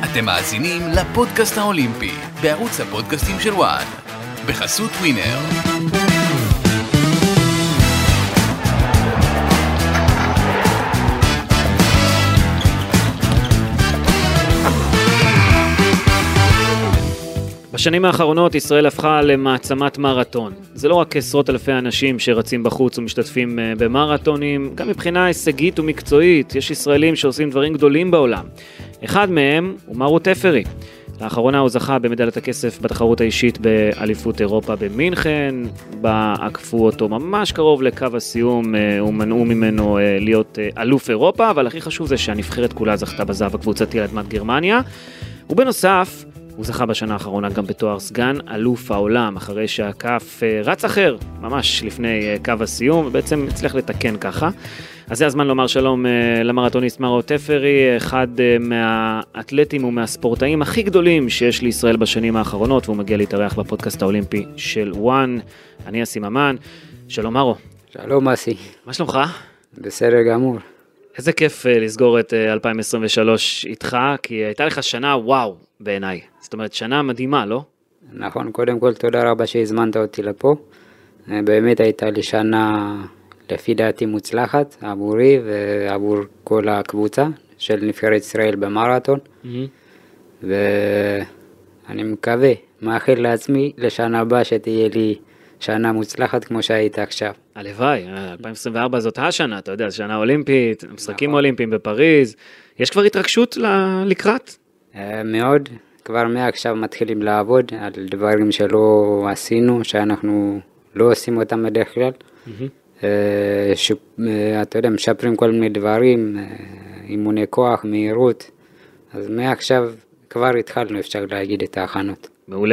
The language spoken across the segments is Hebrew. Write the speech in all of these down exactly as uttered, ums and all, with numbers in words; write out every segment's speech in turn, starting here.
אתם מאזינים לפודקאסט האולימפי, בערוץ הפודקאסטים של וואן, בחסות ווינר. בשנים האחרונות ישראל הפכה למעצמת מרתון. זה לא רק עשרות אלפי אנשים שרצים בחוץ ומשתתפים במרתונים, גם מבחינה הישגית ומקצועית יש ישראלים שעושים דברים גדולים בעולם. אחד מהם הוא מרו תפרי. לאחרונה הוא זכה במדליית הכסף בתחרות האישית באליפות אירופה במינכן, בה עקפו אותו ממש קרוב לקו הסיום ומנעו ממנו להיות אלוף אירופה, אבל הכי חשוב זה שהנבחרת כולה זכתה בזהב הקבוצתי על אדמת גרמניה. ובנוסף, הוא זכה בשנה האחרונה גם בתואר סגן אלוף העולם, אחרי שעקף רץ אחר, ממש לפני קו הסיום, ובעצם הצליח לתקן ככה. אז זה הזמן לומר שלום למרתוניסט מרו תפרי, אחד מהאתלטים ומהספורטאים הכי גדולים שיש לישראל בשנים האחרונות, והוא מגיע להתארח בפודקאסט האולימפי של וואן. אני אסי ממן. שלום מרו. שלום אסי. מה שלומך? בסדר גמור. איזה כיף לסגור את אלפיים עשרים ושלוש איתך, כי הייתה לך שנה וואו בעיניי. זאת אומרת, שנה מדהימה, לא? נכון, קודם כל תודה רבה שהזמנת אותי לפה. באמת הייתה לי שנה לפי דעתי מוצלחת עבורי ועבור כל הקבוצה של נבחרת ישראל במרתון. Mm-hmm. ואני מקווה, מאחל לעצמי לשנה הבאה שתהיה לי שנה מוצלחת כמו שהייתה עכשיו. הלוואי, אלפיים עשרים וארבע זאת השנה, אתה יודע, שנה אולימפית, משחקים אולימפיים בפריז. יש כבר התרגשות לקראת? מאוד. כבר מעכשיו מתחילים לעבוד על דברים שלא עשינו, שאנחנו לא עושים אותם בדרך כלל. Mm-hmm. ש... אתה יודע, משפרים כל מיני דברים, אימוני כוח, מהירות. אז מעכשיו כבר התחלנו, אפשר להגיד, את ההכנות. מעולה.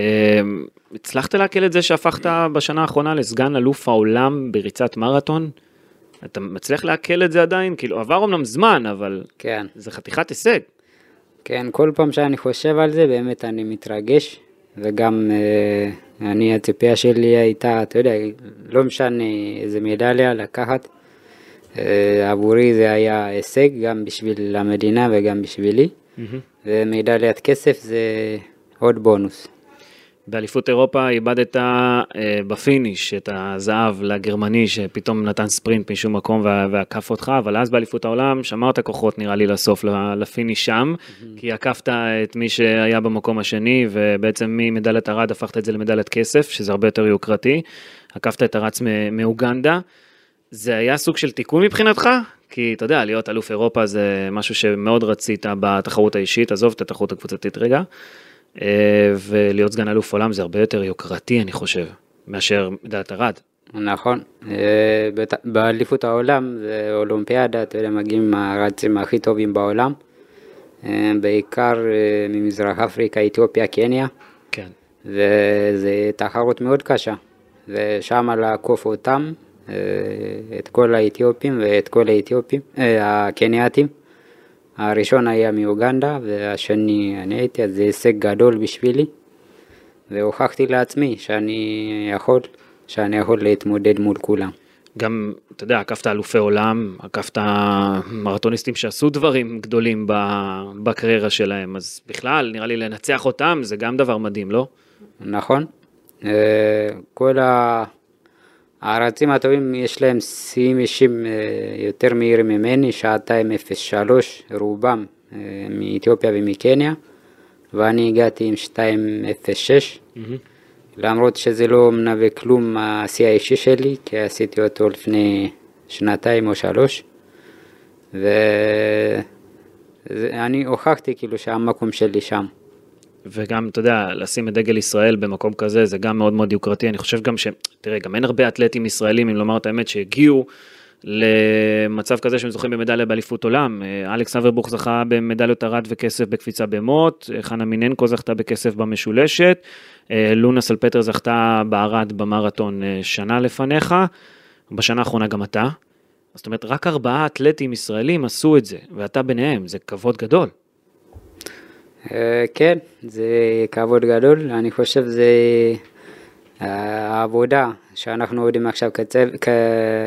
הצלחת להקל את זה שהפכת בשנה האחרונה לסגן אלוף העולם בריצת מרתון? אתה מצליח להקל את זה עדיין? כאילו, עבר אומנם זמן, אבל כן. זה חתיכת הישג. כן, כל פעם שאני חושב על זה, באמת אני מתרגש, וגם אה, אני, הציפייה שלי הייתה, אתה יודע, לא משנה איזה מדליה לקחת, אה, עבורי זה היה הישג, גם בשביל המדינה וגם בשבילי, mm-hmm. ומדליית כסף זה עוד בונוס. באליפות אירופה איבדת אה, בפיניש את הזהב לגרמני שפתאום נתן ספרינט משום מקום ועקף אותך, אבל אז באליפות העולם שמרת כוחות נראה לי לסוף לפיניש שם, mm-hmm. כי עקפת את מי שהיה במקום השני, ובעצם ממדליית ארד הפכת את זה למדליית כסף, שזה הרבה יותר יוקרתי, עקפת את הרץ מאוגנדה. זה היה סוג של תיקון מבחינתך? כי אתה יודע, להיות אלוף אירופה זה משהו שמאוד רצית בתחרות האישית, עזוב את התחרות הקבוצתית רגע, ולהיות סגן אלוף עולם זה הרבה יותר יוקרתי, אני חושב, מאשר מדליית ארד. נכון. באליפות העולם זה אולימפיאדה, אתה יודע, מגיעים הרצים הכי טובים בעולם, בעיקר ממזרח אפריקה, אתיופיה, קניה. כן. וזה תחרות מאוד קשה, ושם לעקוף אותם, את כל האתיופים ואת כל האתיופים, הקנייתים. הראשון היה מאוגנדה, והשני אני הייתי, אז זה הישג גדול בשבילי, והוכחתי לעצמי שאני יכול, שאני יכול להתמודד מול כולם. גם, אתה יודע, עקפת אלופי עולם, עקפת מרתוניסטים שעשו דברים גדולים בקריירה שלהם, אז בכלל, נראה לי לנצח אותם, זה גם דבר מדהים, לא? נכון. כל הרצים הטובים יש להם שיאים אישים יותר מהירים ממני, שעתיים אפס שלוש רובם מאתיופיה ומקניה, ואני הגעתי עם שתיים אפס שש, mm-hmm. למרות שזה לא מנווה כלום השיא האישי שלי, כי עשיתי אותו לפני שנתיים או שלוש, ואני הוכחתי כאילו שהמקום שלי שם. וגם, אתה יודע, לשים את דגל ישראל במקום כזה, זה גם מאוד מאוד יוקרתי. אני חושב גם ש... תראה, גם אין הרבה אתלטים ישראלים, אם לומר את האמת, שהגיעו למצב כזה שהם זוכים במדליה באליפות עולם. אלכס אברבוך זכה במדליות ארד וכסף בקפיצה במוט, חנה מיננקו זכתה בכסף במשולשת, לונה סלפטר זכתה בארד במרתון שנה לפניך, בשנה האחרונה גם אתה. זאת אומרת, רק ארבעה אתלטים ישראלים עשו את זה, ואתה ביניהם, זה כבוד גדול. כן, זה כבוד גדול, אני חושב זה העבודה שאנחנו עובדים עכשיו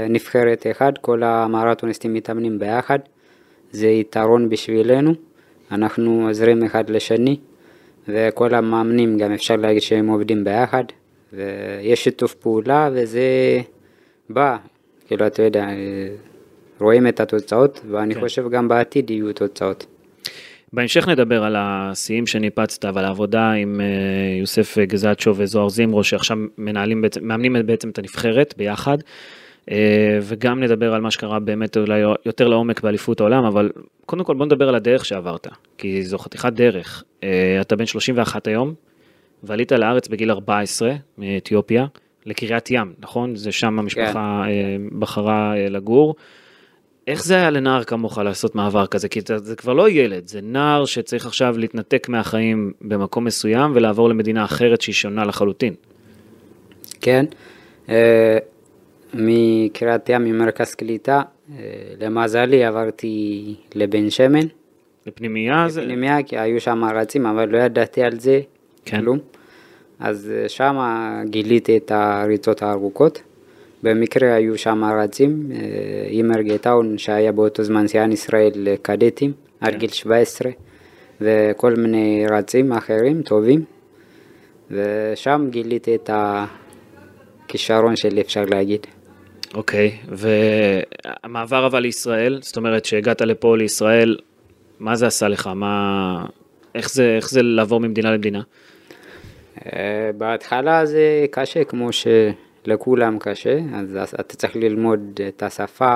כנבחרת אחד, כל המרתוניסטים מתאמנים ביחד, זה יתרון בשבילנו, אנחנו עוזרים אחד לשני, וכל המאמנים גם אפשר להגיד שהם עובדים ביחד, ויש שיתוף פעולה, וזה בא, כאילו אתה יודע, רואים את התוצאות, ואני כן. חושב גם בעתיד יהיו תוצאות. בהמשך נדבר על השיאים שניפצת, ועל העבודה עם יוסף גזצ'ו וזוהר זימרו, שעכשיו מנהלים בעצם, מאמנים בעצם את הנבחרת ביחד, וגם נדבר על מה שקרה באמת אולי יותר לעומק באליפות העולם, אבל קודם כל בוא נדבר על הדרך שעברת, כי זו חתיכת דרך. אתה בן שלושים ואחת היום, ועלית לארץ בגיל ארבע עשרה מאתיופיה, לקריית ים, נכון? זה שם המשפחה כן. בחרה לגור. איך זה היה לנער כמוך לעשות מעבר כזה? כי זה כבר לא ילד, זה נער שצריך עכשיו להתנתק מהחיים במקום מסוים, ולעבור למדינה אחרת שהיא שונה לחלוטין. כן, מקריית ים, ממרכז קליטה, למזלי עברתי לבן שמן. לפנימייה? לפנימייה, זה... כי היו שם רצים, אבל לא ידעתי על זה כן. כלום. אז שם גיליתי את הריצות הארוכות. במקרה היו שם רצים, אימר גטאון שהיה באותו זמן שיאן ישראל קדטים, כן. עד גיל שבע עשרה, וכל מיני רצים אחרים טובים, ושם גיליתי את הכישרון שלי, אפשר להגיד. אוקיי, והמעבר אבל לישראל, זאת אומרת שהגעת לפה לישראל, מה זה עשה לך? מה... איך זה, איך זה לעבור ממדינה למדינה? בהתחלה זה קשה, כמו שלכולם קשה, אז אתה צריך ללמוד את השפה,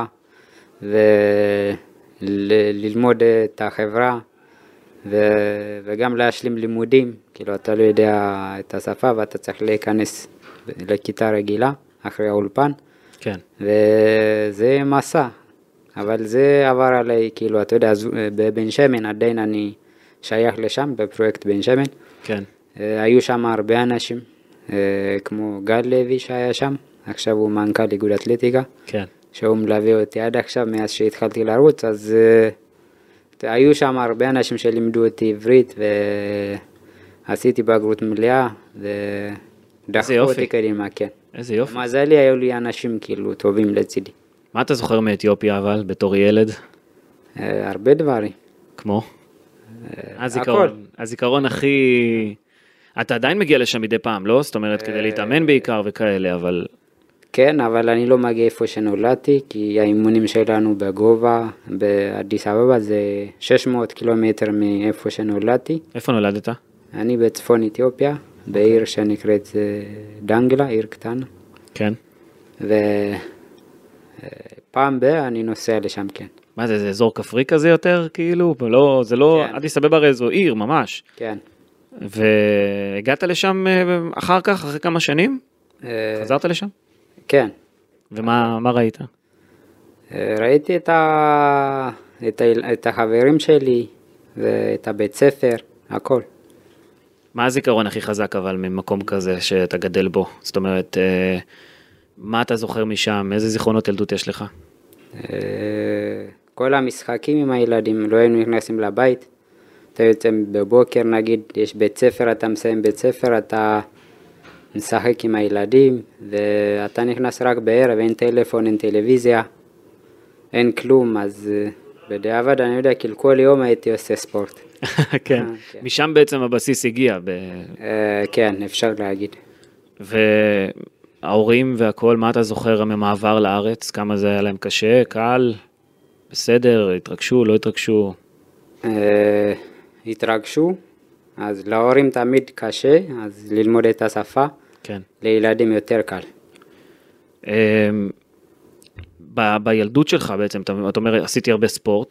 וללמוד את החברה, ו... וגם להשלים לימודים, כאילו אתה לא יודע את השפה, ואתה צריך להיכנס לכיתה רגילה, אחרי האולפן, כן. וזה מסע, אבל זה עבר עליי, כאילו, אתה יודע, בבן שמן, עדיין אני שייך לשם, בפרויקט בן שמן. כן. היו שם הרבה אנשים, כמו גל לוי שהיה שם, עכשיו הוא מנכ"ל איגוד אתלטיקה. כן. שהוא מלווה אותי עד עכשיו, מאז שהתחלתי לרוץ, אז היו שם הרבה אנשים שלימדו אותי עברית, ועשיתי בגרות מלאה, ודחפו אותי קדימה, כן. איזה יופי. מזלי, היו לי אנשים כאילו טובים לצידי. מה אתה זוכר מאתיופיה אבל, בתור ילד? הרבה דברים. כמו? הזיכרון, הזיכרון הכי... אתה עדיין מגיע לשם מדי פעם, לא? זאת אומרת, כדי להתאמן בעיקר וכאלה, אבל... כן, אבל אני לא מגיע איפה שנולדתי, כי האימונים שלנו בגובה, באדיס אבבה, זה שש מאות קילומטר מאיפה שנולדתי. איפה נולדת? אני בצפון אתיופיה, בעיר שנקראת דנגלה, עיר קטנה. כן. ופעם בה אני נוסע לשם, כן. מה זה, זה אזור כפרי כזה יותר, כאילו? לא, זה לא, כן. אדיס אבבה הרי זו עיר, ממש. כן. והגעת לשם אחר כך, אחרי כמה שנים? חזרת לשם? כן. ומה מה ראית? ראיתי את, ה... את, ה... את החברים שלי, ואת הבית ספר, הכל. מה הזיכרון הכי חזק אבל ממקום כזה שאתה גדל בו? זאת אומרת, מה אתה זוכר משם? איזה זיכרונות ילדות יש לך? כל המשחקים עם הילדים, לא היינו נכנסים לבית. אתה יוצא בבוקר, נגיד, יש בית ספר, אתה מסיים בית ספר, אתה משחק עם הילדים, ואתה נכנס רק בערב, אין טלפון, אין טלוויזיה, אין כלום, אז בדיעבד אני יודע, כאילו כל יום הייתי עושה ספורט. כן, משם בעצם הבסיס הגיע. כן, אפשר להגיד. וההורים והכל, מה אתה זוכר ממעבר לארץ? כמה זה היה להם קשה, קל, בסדר, התרגשו, לא התרגשו? התרגשו, אז להורים תמיד קשה, אז ללמוד את השפה, כן. לילדים יותר קל. ב- בילדות שלך בעצם, אתה אומר, עשיתי הרבה ספורט.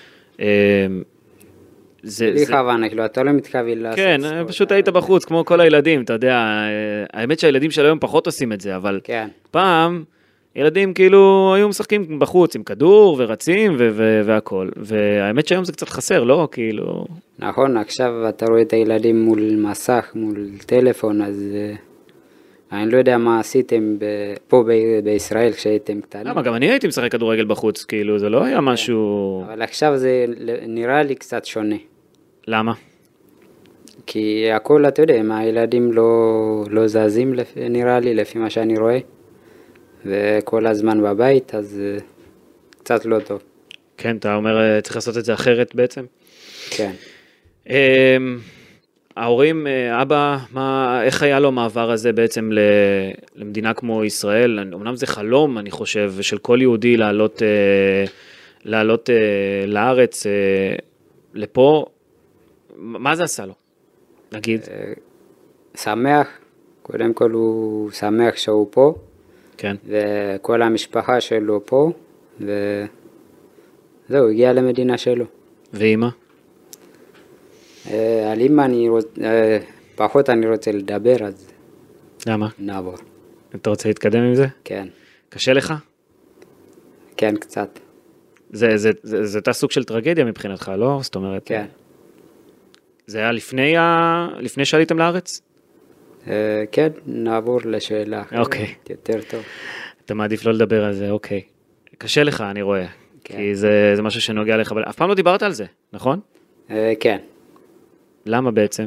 זה, בלי זה... כוונה, כאילו, אתה לא מתכוון לעשות כן, ספורט. כן, פשוט היית בחוץ, כמו כל הילדים, אתה יודע, האמת שהילדים של היום פחות עושים את זה, אבל כן. פעם, ילדים כאילו היו משחקים בחוץ עם כדור ורצים ו- ו- והכל, והאמת שהיום זה קצת חסר, לא? כאילו... נכון, עכשיו אתה רואה את הילדים מול מסך, מול טלפון, אז אני לא יודע מה עשיתם פה ב- בישראל כשהייתם קטנים. למה, גם אני הייתי משחק כדורגל בחוץ, כאילו זה לא היה משהו... אבל עכשיו זה נראה לי קצת שונה. למה? כי הכל, אתה יודע, הילדים לא, לא זזים, נראה לי, לפי מה שאני רואה. וכל הזמן בבית, אז קצת לא טוב. כן, אתה אומר, צריך לעשות את זה אחרת בעצם? כן. ההורים, אבא, מה, איך היה לו המעבר הזה בעצם למדינה כמו ישראל? אמנם זה חלום, אני חושב, של כל יהודי לעלות, לעלות לארץ, לפה. מה זה עשה לו? נגיד. שמח, קודם כל הוא שמח שהוא פה. כן. וכל המשפחה שלו פה, וזהו, הגיע למדינה שלו. ואמא? על אמא אני רוצה, פחות אני רוצה לדבר, אז... למה? נעבור. אתה רוצה להתקדם עם זה? כן. קשה לך? כן, קצת. זה, זה, זה, זה אתה סוג של טרגדיה מבחינתך, לא? זאת אומרת... כן. זה היה לפני, ה... לפני שעליתם לארץ? כן, נעבור לשאלה אחרת. אוקיי. יותר טוב. אתה מעדיף לא לדבר על זה, אוקיי. קשה לך, אני רואה. כן. כי זה, זה משהו שנוגע לך, אבל אף פעם לא דיברת על זה, נכון? כן. למה בעצם?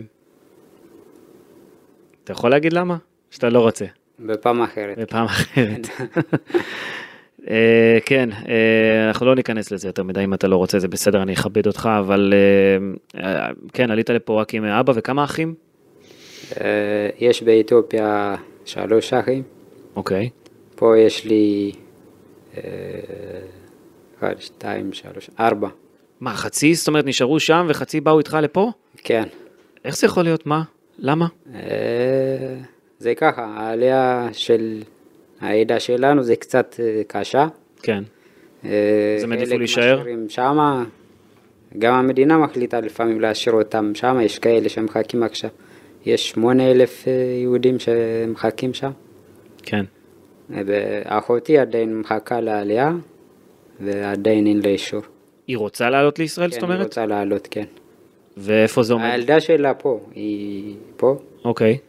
אתה יכול להגיד למה? שאתה לא רוצה. בפעם אחרת. בפעם אחרת. כן, אנחנו לא ניכנס לזה יותר מדי אם אתה לא רוצה, זה בסדר, אני אכבד אותך, אבל כן, עלית לפה רק עם אבא, וכמה אחים? יש באתיופיה שלוש אחים. אוקיי. פה יש לי אחד, שתיים, שלוש, ארבע. מה, חצי? זאת אומרת, נשארו שם וחצי באו איתך לפה? כן. איך זה יכול להיות? מה? למה? זה ככה, העלייה של העדה שלנו זה קצת קשה. כן. זה מעדיפו להישאר? שמה, גם המדינה מחליטה לפעמים להשאיר אותם שם, יש כאלה שמחכים עכשיו. יש שמונה אלף יהודים שמחכים שם. כן. ואחותי עדיין מחכה לעלייה, ועדיין אין לה אישור. היא רוצה לעלות לישראל, כן, זאת אומרת? היא רוצה לעלות, כן. ואיפה זה עומד? הילדה שלה פה, היא פה. אוקיי.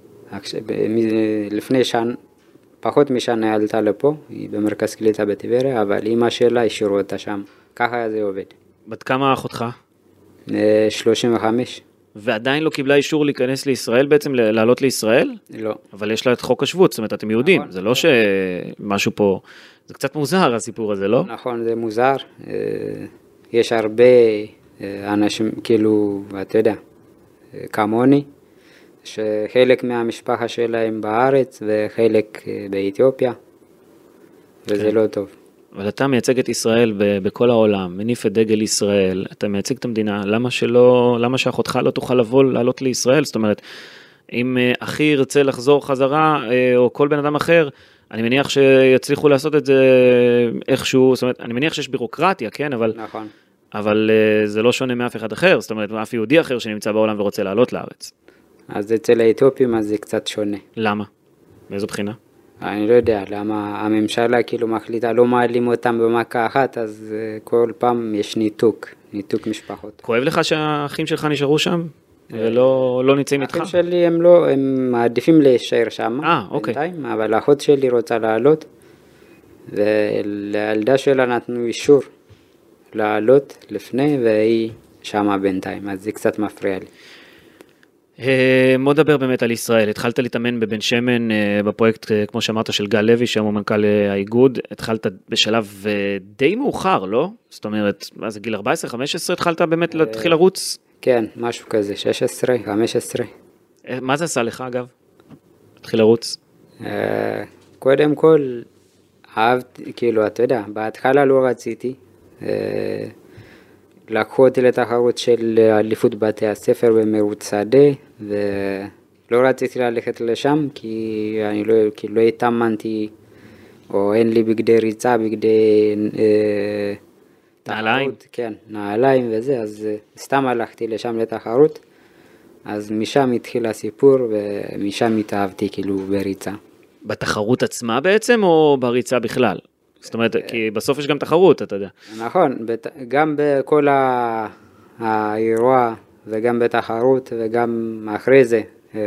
לפני שנה, פחות משנה עלתה לפה, היא במרכז קליטה בטבריה, אבל אמא שלה השאירו אותה שם. ככה זה עובד. בת כמה אחותך? שלושים וחמש. ועדיין לא קיבלה אישור להיכנס לישראל בעצם, לעלות לישראל? לא. אבל יש לה את חוק השבות, זאת אומרת, אתם יהודים, נכון. זה לא שמשהו פה, זה קצת מוזר הסיפור הזה, לא? נכון, זה מוזר. יש הרבה אנשים, כאילו, אתה יודע, כמוני, שחלק מהמשפחה שלהם בארץ וחלק באתיופיה, וזה לא טוב. אבל אתה מייצג את ישראל בכל העולם, מניף את דגל ישראל, אתה מייצג את המדינה, למה שלא, למה שאחותך לא תוכל לבוא, לעלות לישראל? זאת אומרת, אם אחי ירצה לחזור חזרה, או כל בן אדם אחר, אני מניח שיצליחו לעשות את זה איכשהו, זאת אומרת, אני מניח שיש בירוקרטיה, כן, אבל, נכון. אבל זה לא שונה מאף אחד אחר, זאת אומרת, מאף יהודי אחר שנמצא בעולם ורוצה לעלות לארץ. אז אצל האתיופים אז זה קצת שונה. למה? מאיזו בחינה? אני לא יודע, למה הממשלה כאילו מחליטה לא מעלים אותם במכה אחת, אז כל פעם יש ניתוק, ניתוק משפחות. כואב לך שהאחים שלך נשארו שם? ולא לא נמצאים איתך? האחים שלי הם לא, הם מעדיפים להישאר שם. אה, אוקיי. בינתיים, אבל האחות שלי רוצה לעלות, ולילדה שלה נתנו אישור לעלות לפני, והיא שמה בינתיים, אז זה קצת מפריע לי. בוא נדבר באמת על ישראל, התחלת להתאמן בבן שמן בפרויקט, כמו שאמרת, של גל לוי, שם הוא מנכ"ל האיגוד, התחלת בשלב די מאוחר, לא? זאת אומרת, מה זה, גיל ארבע עשרה חמש עשרה התחלת באמת להתחיל לרוץ? כן, משהו כזה, שש עשרה חמש עשרה. מה זה עשה לך אגב? התחיל לרוץ? קודם כל, אהבתי, כאילו, אתה יודע, בהתחלה לא רציתי, לקחו אותי לתחרות של אליפות בתי הספר במרוץ שדה, ולא רציתי ללכת לשם, כי אני לא, כי לא התאמנתי, או אין לי בגדי ריצה, בגדי אה, נעליים. תחרות, כן, נעליים וזה, אז סתם הלכתי לשם לתחרות, אז משם התחיל הסיפור, ומשם התאהבתי כאילו בריצה. בתחרות עצמה בעצם, או בריצה בכלל? זאת אומרת, כי בסוף יש גם תחרות, אתה יודע. נכון, גם בכל האירוע וגם בתחרות וגם אחרי זה,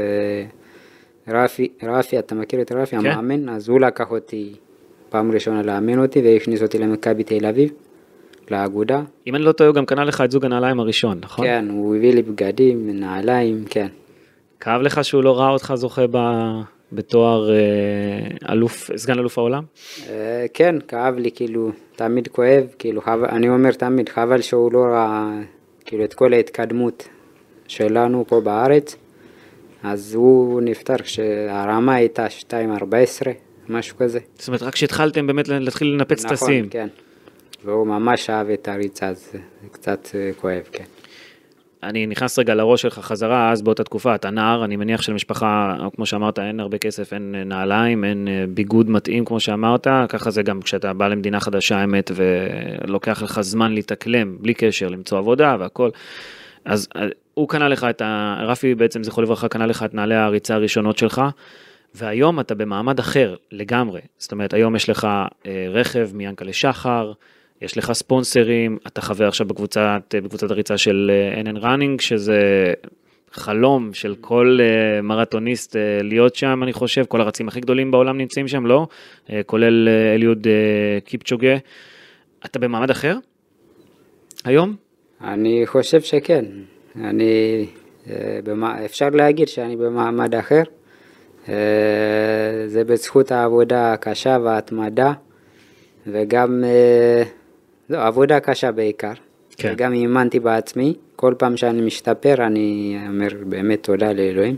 רפי, רפי, אתה מכיר את רפי, המאמן, אז הוא לקח אותי פעם ראשונה לאמן אותי והכניס אותי למכבי תל אביב, לאגודה. אם אני לא טועה, הוא גם קנה לך את זוג הנעליים הראשון, נכון? כן, הוא הביא לי בגדים, נעליים, כן. כאב לך שהוא לא ראה אותך זוכה ב... בתואר אלוף, סגן אלוף העולם? כן, כאב לי, כאילו, תמיד כואב, כאילו, אני אומר תמיד, חבל שהוא לא ראה, כאילו, את כל ההתקדמות שלנו פה בארץ, אז הוא נפטר כשהרמה הייתה שתיים ארבע עשרה, משהו כזה. זאת אומרת, רק כשהתחלתם באמת להתחיל לנפץ נכון, טסים. נכון, כן. והוא ממש אהב את הריצה, אז זה קצת כואב, כן. אני נכנס רגע לראש שלך חזרה, אז באותה תקופה, אתה נער, אני מניח שלמשפחה, כמו שאמרת, אין הרבה כסף, אין נעליים, אין ביגוד מתאים, כמו שאמרת, ככה זה גם כשאתה בא למדינה חדשה, האמת, ולוקח לך זמן להתאקלם, בלי קשר, למצוא עבודה והכל. אז הוא קנה לך את ה... רפי בעצם, זכרו לברכה, קנה לך את נעלי הריצה הראשונות שלך, והיום אתה במעמד אחר לגמרי. זאת אומרת, היום יש לך רכב מיאנקל'ה שחר, יש לך ספונסרים, אתה חבר עכשיו בקבוצת, בקבוצת הריצה של אן אן Running, שזה חלום של כל מרתוניסט להיות שם, אני חושב, כל הרצים הכי גדולים בעולם נמצאים שם, לא? כולל אליוד קיפצ'וגה. אתה במעמד אחר היום? אני חושב שכן. אני, אפשר להגיד שאני במעמד אחר. זה בזכות העבודה הקשה וההתמדה, וגם לא, עבודה קשה בעיקר. כן. וגם האמנתי בעצמי, כל פעם שאני משתפר אני אומר באמת תודה לאלוהים.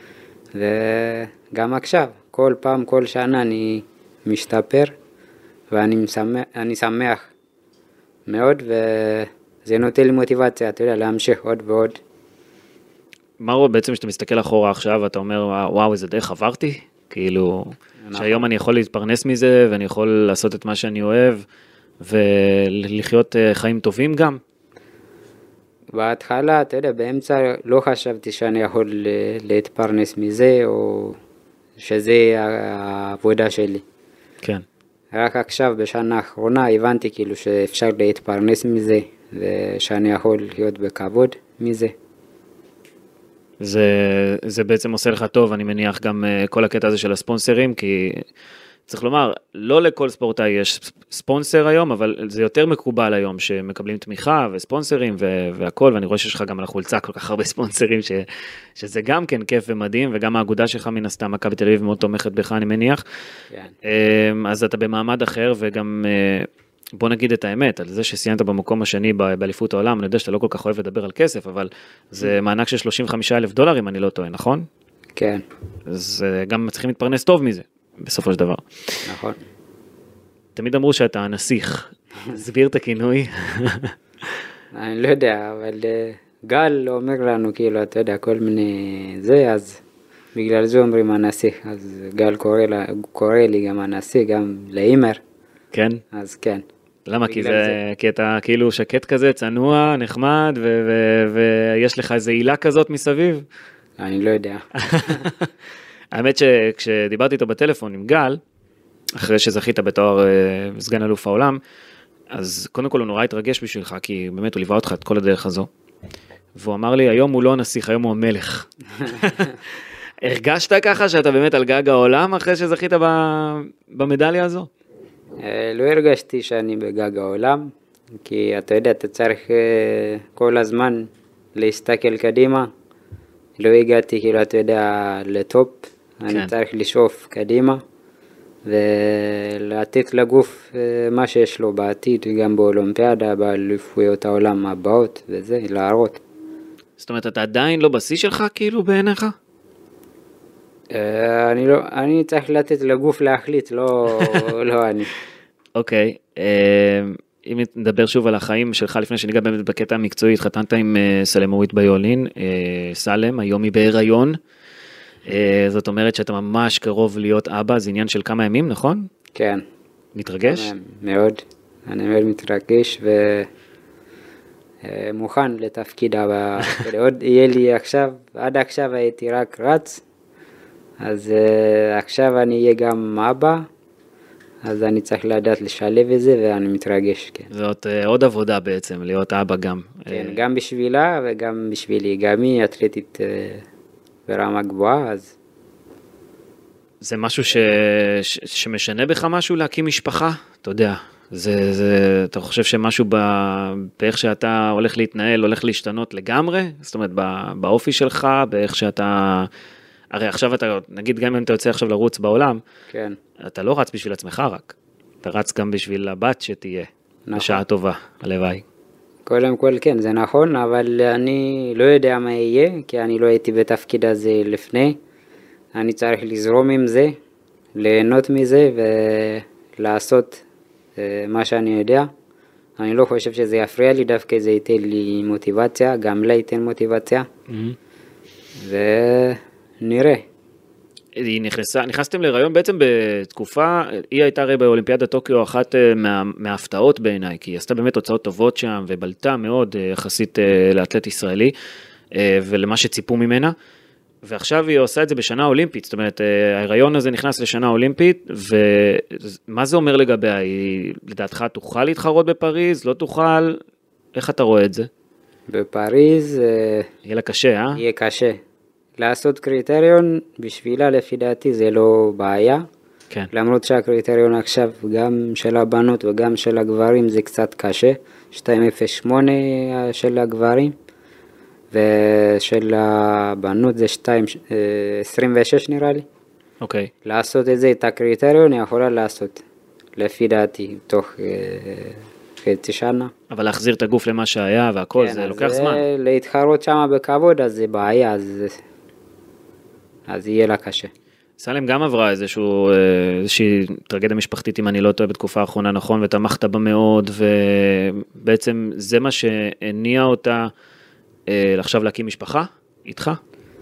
וגם עכשיו, כל פעם, כל שנה אני משתפר, ואני משמח, אני שמח מאוד, וזה נותן לי מוטיבציה, אתה יודע, להמשיך עוד ועוד. מה רואה בעצם שאתה מסתכל אחורה עכשיו, ואתה אומר, וואו, איזה דרך עברתי? כאילו, שהיום אני יכול להתפרנס מזה, ואני יכול לעשות את מה שאני אוהב, ולחיות חיים טובים גם? בהתחלה, אתה יודע, באמצע לא חשבתי שאני יכול להתפרנס מזה, או שזה העבודה שלי. כן. רק עכשיו, בשנה האחרונה, הבנתי כאילו שאפשר להתפרנס מזה, ושאני יכול להיות בכבוד מזה. זה, זה בעצם עושה לך טוב, אני מניח גם כל הקטע הזה של הספונסרים, כי צריך לומר, לא לכל ספורטאי יש ספונסר היום, אבל זה יותר מקובל היום, שמקבלים תמיכה וספונסרים והכל, ואני רואה שיש לך גם על החולצה כל כך הרבה ספונסרים, ש, שזה גם כן כיף ומדהים, וגם האגודה שלך מן הסתם, מכבי תל אביב מאוד תומכת בך, אני מניח. כן. אז אתה במעמד אחר, וגם בוא נגיד את האמת, על זה שסיינת במקום השני באליפות העולם, אני יודע שאתה לא כל כך אוהב לדבר על כסף, אבל זה מענק של שלושים וחמישה אלף דולר, אם אני לא טועה, נכון? כן. אז גם צריכים להתפרנס טוב מזה, בסופו של דבר. נכון. תמיד אמרו שאתה הנסיך, הסביר את הכינוי. אני לא יודע, אבל גל אומר לנו, כאילו, אתה יודע, כל מיני זה, אז בגלל זה אומרים הנסיך, אז גל קורא, לה, קורא לי גם הנסיך, גם לאימר. כן? אז כן. למה? כי, זה, זה... כי אתה כאילו שקט כזה, צנוע, נחמד, ו- ו- ויש לך איזו עילה כזאת מסביב? אני לא יודע. האמת שכשדיברתי איתו בטלפון עם גל, אחרי שזכית בתואר סגן אלוף העולם, אז קודם כל הוא נורא התרגש בשבילך, כי באמת הוא ליווה אותך את כל הדרך הזו. והוא אמר לי, היום הוא לא הנסיך, היום הוא המלך. הרגשת ככה שאתה באמת על גג העולם אחרי שזכית במדליה הזו? לא הרגשתי שאני בגג העולם, כי אתה יודע, אתה צריך כל הזמן להסתכל קדימה. לא הגעתי, כאילו, אתה יודע, לטופ. כן. אני צריך לשאוף קדימה, ולתת לגוף מה שיש לו בעתיד, גם באולימפיאדה, באליפויות העולם הבאות, וזה, להראות. זאת אומרת, אתה עדיין לא בשיא שלך, כאילו, בעיניך? אני לא, אני צריך לתת לגוף להחליט, לא, לא אני. אוקיי, אם נדבר שוב על החיים שלך, לפני שניגע באמת בקטע המקצועי, התחתנת עם סלמורית ביולין, סלם, היום היא בהיריון, זאת אומרת שאתה ממש קרוב להיות אבא, זה עניין של כמה ימים, נכון? כן. מתרגש? מאוד, אני מאוד מתרגש ומוכן לתפקיד אבא, עוד יהיה לי עכשיו, עד עכשיו הייתי רק רץ, אז uh, עכשיו אני אהיה גם אבא, אז אני צריך לדעת לשלב את זה, ואני מתרגש, כן. זאת uh, עוד עבודה בעצם, להיות אבא גם. כן, uh... גם בשבילה וגם בשבילי, גם היא אתלטית uh, ברמה גבוהה, אז... זה משהו ש... ש... שמשנה בך משהו להקים משפחה? אתה יודע, זה, זה... אתה חושב שמשהו ב... באיך שאתה הולך להתנהל, הולך להשתנות לגמרי? זאת אומרת, בא... באופי שלך, באיך שאתה... הרי עכשיו אתה, נגיד גם אם אתה יוצא עכשיו לרוץ בעולם, כן. אתה לא רץ בשביל עצמך רק, אתה רץ גם בשביל הבת שתהיה, נכון. בשעה טובה, הלוואי. קודם כל כן, זה נכון, אבל אני לא יודע מה יהיה, כי אני לא הייתי בתפקיד הזה לפני. אני צריך לזרום עם זה, ליהנות מזה ולעשות מה שאני יודע. אני לא חושב שזה יפריע לי, דווקא זה ייתן לי מוטיבציה, גם לה ייתן מוטיבציה. ונראה. היא נכנסה, נכנסתם להיריון בעצם בתקופה, היא הייתה הרי באולימפיאדה טוקיו אחת מה, מההפתעות בעיניי, כי היא עשתה באמת תוצאות טובות שם, ובלטה מאוד יחסית לאתלט ישראלי, ולמה שציפו ממנה, ועכשיו היא עושה את זה בשנה אולימפית, זאת אומרת, ההיריון הזה נכנס לשנה אולימפית, ומה זה אומר לגביה? היא לדעתך תוכל להתחרות בפריז, לא תוכל? איך אתה רואה את זה? בפריז... יהיה לה קשה, אה? יהיה קשה. לעשות קריטריון בשבילה לפי דעתי זה לא בעיה. כן. למרות שהקריטריון עכשיו גם של הבנות וגם של הגברים זה קצת קשה. שתיים אפס שמונה של הגברים. ושל הבנות זה שתיים עשרים ושש נראה לי. אוקיי. לעשות את זה, את הקריטריון היא יכולה לעשות. לפי דעתי, תוך חצי שנה. אבל להחזיר את הגוף למה שהיה והכל, כן, זה לוקח זמן. להתחרות שם בכבוד, אז זה בעיה, אז, אז יהיה לה קשה. סלם גם עברה איזשהו, איזושהי טרגדיה משפחתית, אם אני לא טועה בתקופה האחרונה, נכון, ותמכת בה מאוד, ובעצם זה מה שהניע אותה עכשיו להקים משפחה, איתך?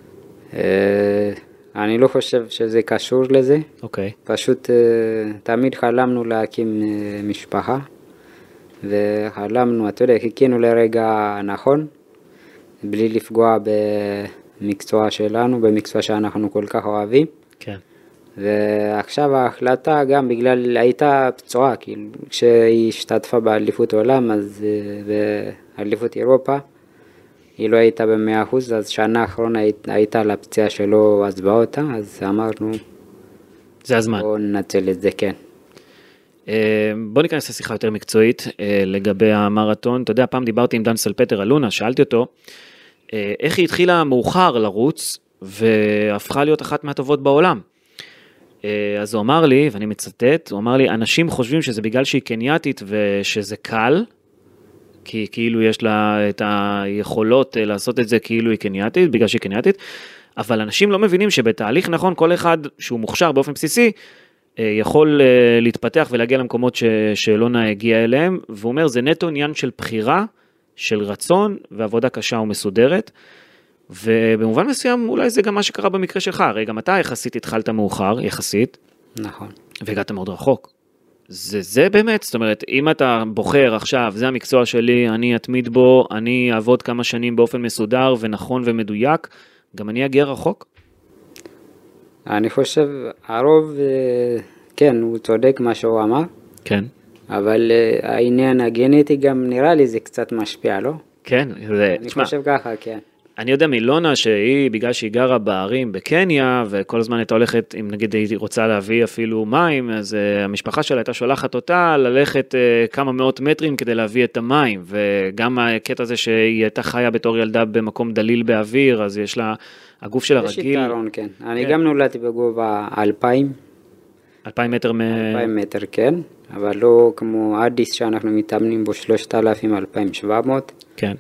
אני לא חושב שזה קשור לזה. אוקיי. פשוט תמיד חלמנו להקים משפחה, וחלמנו, אתה יודע, חיכינו לרגע נכון, בלי לפגוע במקצוע שלנו, במקצוע שאנחנו כל כך אוהבים. כן. ועכשיו ההחלטה גם בגלל, הייתה פצועה, כאילו, כשהיא השתתפה באליפות עולם, אז באליפות אירופה, היא לא הייתה במאה אחוז, אז שנה האחרונה הייתה לה פציעה שלא עזבה אותה, אז אמרנו, זה הזמן. בואו ננצל את זה, כן. בוא ניכנס לשיחה יותר מקצועית לגבי המרתון. אתה יודע, פעם דיברתי עם דן סלפטר אלונה, שאלתי אותו, איך היא התחילה מאוחר לרוץ, והפכה להיות אחת מהטובות בעולם. אז הוא אמר לי, ואני מצטט, הוא אמר לי, אנשים חושבים שזה בגלל שהיא קנייתית ושזה קל, כי כאילו יש לה את היכולות לעשות את זה כאילו היא קנייתית, בגלל שהיא קנייתית, אבל אנשים לא מבינים שבתהליך נכון, כל אחד שהוא מוכשר באופן בסיסי, יכול להתפתח ולהגיע למקומות ש, שאלונה הגיעה אליהם, והוא אומר, זה נטו עניין של בחירה, של רצון, ועבודה קשה ומסודרת, ובמובן מסוים אולי זה גם מה שקרה במקרה שלך, הרי גם אתה יחסית התחלת מאוחר, יחסית, נכון. והגעת מאוד רחוק. זה, זה באמת, זאת אומרת, אם אתה בוחר עכשיו, זה המקצוע שלי, אני אתמיד בו, אני אעבוד כמה שנים באופן מסודר ונכון ומדויק, גם אני אגיע רחוק? אני חושב, הרוב, כן, הוא צודק מה שהוא אמר. כן. אבל העניין הגנטי גם נראה לי זה קצת משפיע, לא? כן, זה, אני תשמע, חושב ככה, כן. אני יודע מילונה שהיא, בגלל שהיא גרה בערים בקניה, וכל הזמן הייתה הולכת, אם נגיד היא רוצה להביא אפילו מים, אז uh, המשפחה שלה הייתה שולחת אותה ללכת uh, כמה מאות מטרים כדי להביא את המים, וגם הקטע הזה שהיא הייתה חיה בתור ילדה במקום דליל באוויר, אז יש לה, הגוף שלה יש רגיל. יש יתרון, כן. אני כן. גם נולדתי בגובה אלפיים. אלפיים מטר מ... אלפיים מטר, כן. אבל לא כמו אדיס שאנחנו מתאמנים בו שלושת אלפים, אלפיים שבע מאות. כן.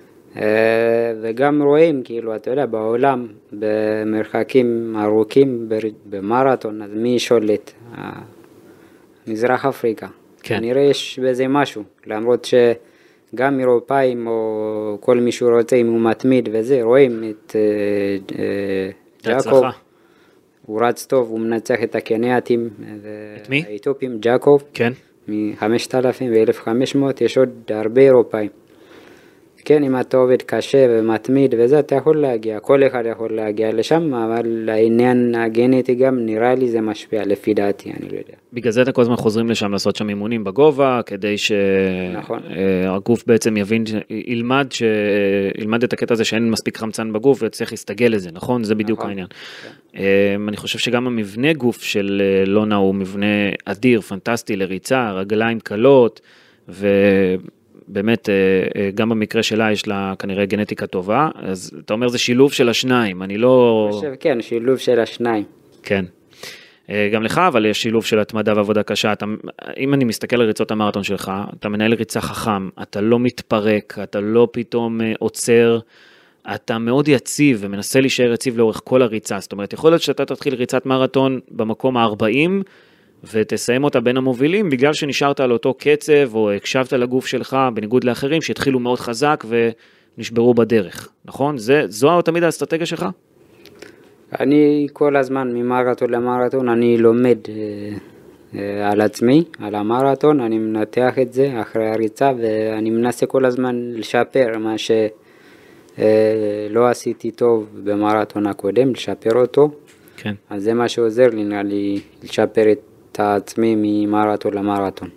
וגם רואים, כאילו, אתה יודע, בעולם, במרחקים ארוכים, במרתון, אז מי שולט? מזרח אפריקה. כן. נראה יש בזה משהו, למרות שגם אירופאים או כל מי שהוא רוצה, אם הוא מתמיד וזה, רואים את ג'קוב. הוא רץ טוב, הוא מנצח את הקנייתים. את מי? האתיופים, ג'קוב. כן. מ-חמשת אלפים ו-אלף וחמש מאות, יש עוד הרבה אירופאים. כן, אם אתה עובד קשה ומתמיד וזה, אתה יכול להגיע, כל אחד יכול להגיע לשם, אבל העניין הגנטי גם נראה לי זה משפיע, לפי דעתי, אני לא יודע. בגלל זה אתה כל הזמן חוזרים לשם לעשות שם אימונים בגובה, כדי נכון. שהגוף בעצם יבין, ילמד, ש... ילמד את הקטע הזה שאין מספיק חמצן בגוף, וצריך להסתגל לזה, נכון? זה בדיוק נכון. העניין. כן. אני חושב שגם המבנה גוף של לונה הוא מבנה אדיר, פנטסטי, לריצה, רגליים קלות, ו... באמת, גם במקרה שלה יש לה כנראה גנטיקה טובה, אז אתה אומר זה שילוב של השניים, אני לא... אני חושב, כן, שילוב של השניים. כן. גם לך, אבל יש שילוב של התמדה ועבודה קשה. אתה, אם אני מסתכל על ריצות המרתון שלך, אתה מנהל ריצה חכם, אתה לא מתפרק, אתה לא פתאום עוצר, אתה מאוד יציב ומנסה להישאר יציב לאורך כל הריצה. זאת אומרת, יכול להיות שאתה תתחיל ריצת מרתון במקום ה-ארבעים, ותסיים אותה בין המובילים, בגלל שנשארת על אותו קצב, או הקשבת לגוף שלך, בניגוד לאחרים, שהתחילו מאוד חזק ונשברו בדרך. נכון? זה, זו תמיד האסטרטגיה שלך? אני כל הזמן ממרתון למרתון, אני לומד אה, אה, על עצמי, על המרתון, אני מנתח את זה אחרי הריצה, ואני מנסה כל הזמן לשפר מה שלא אה, עשיתי טוב במרתון הקודם, לשפר אותו. כן. אז זה מה שעוזר לי, נראה לי, לשפר את עצמי ממרתון למרתון.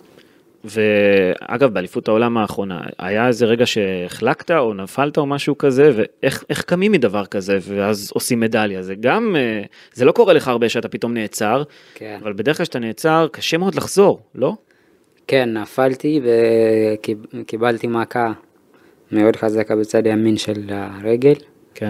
ואגב, באליפות העולם האחרונה, היה איזה רגע שהחלקת או נפלת או משהו כזה, ואיך איך קמים מדבר כזה, ואז עושים מדליה? זה גם, זה לא קורה לך הרבה שאתה פתאום נעצר, כן. אבל בדרך כלל שאתה נעצר, קשה מאוד לחזור, לא? כן, נפלתי וקיבלתי מכה מאוד חזקה בצד ימין של הרגל. כן.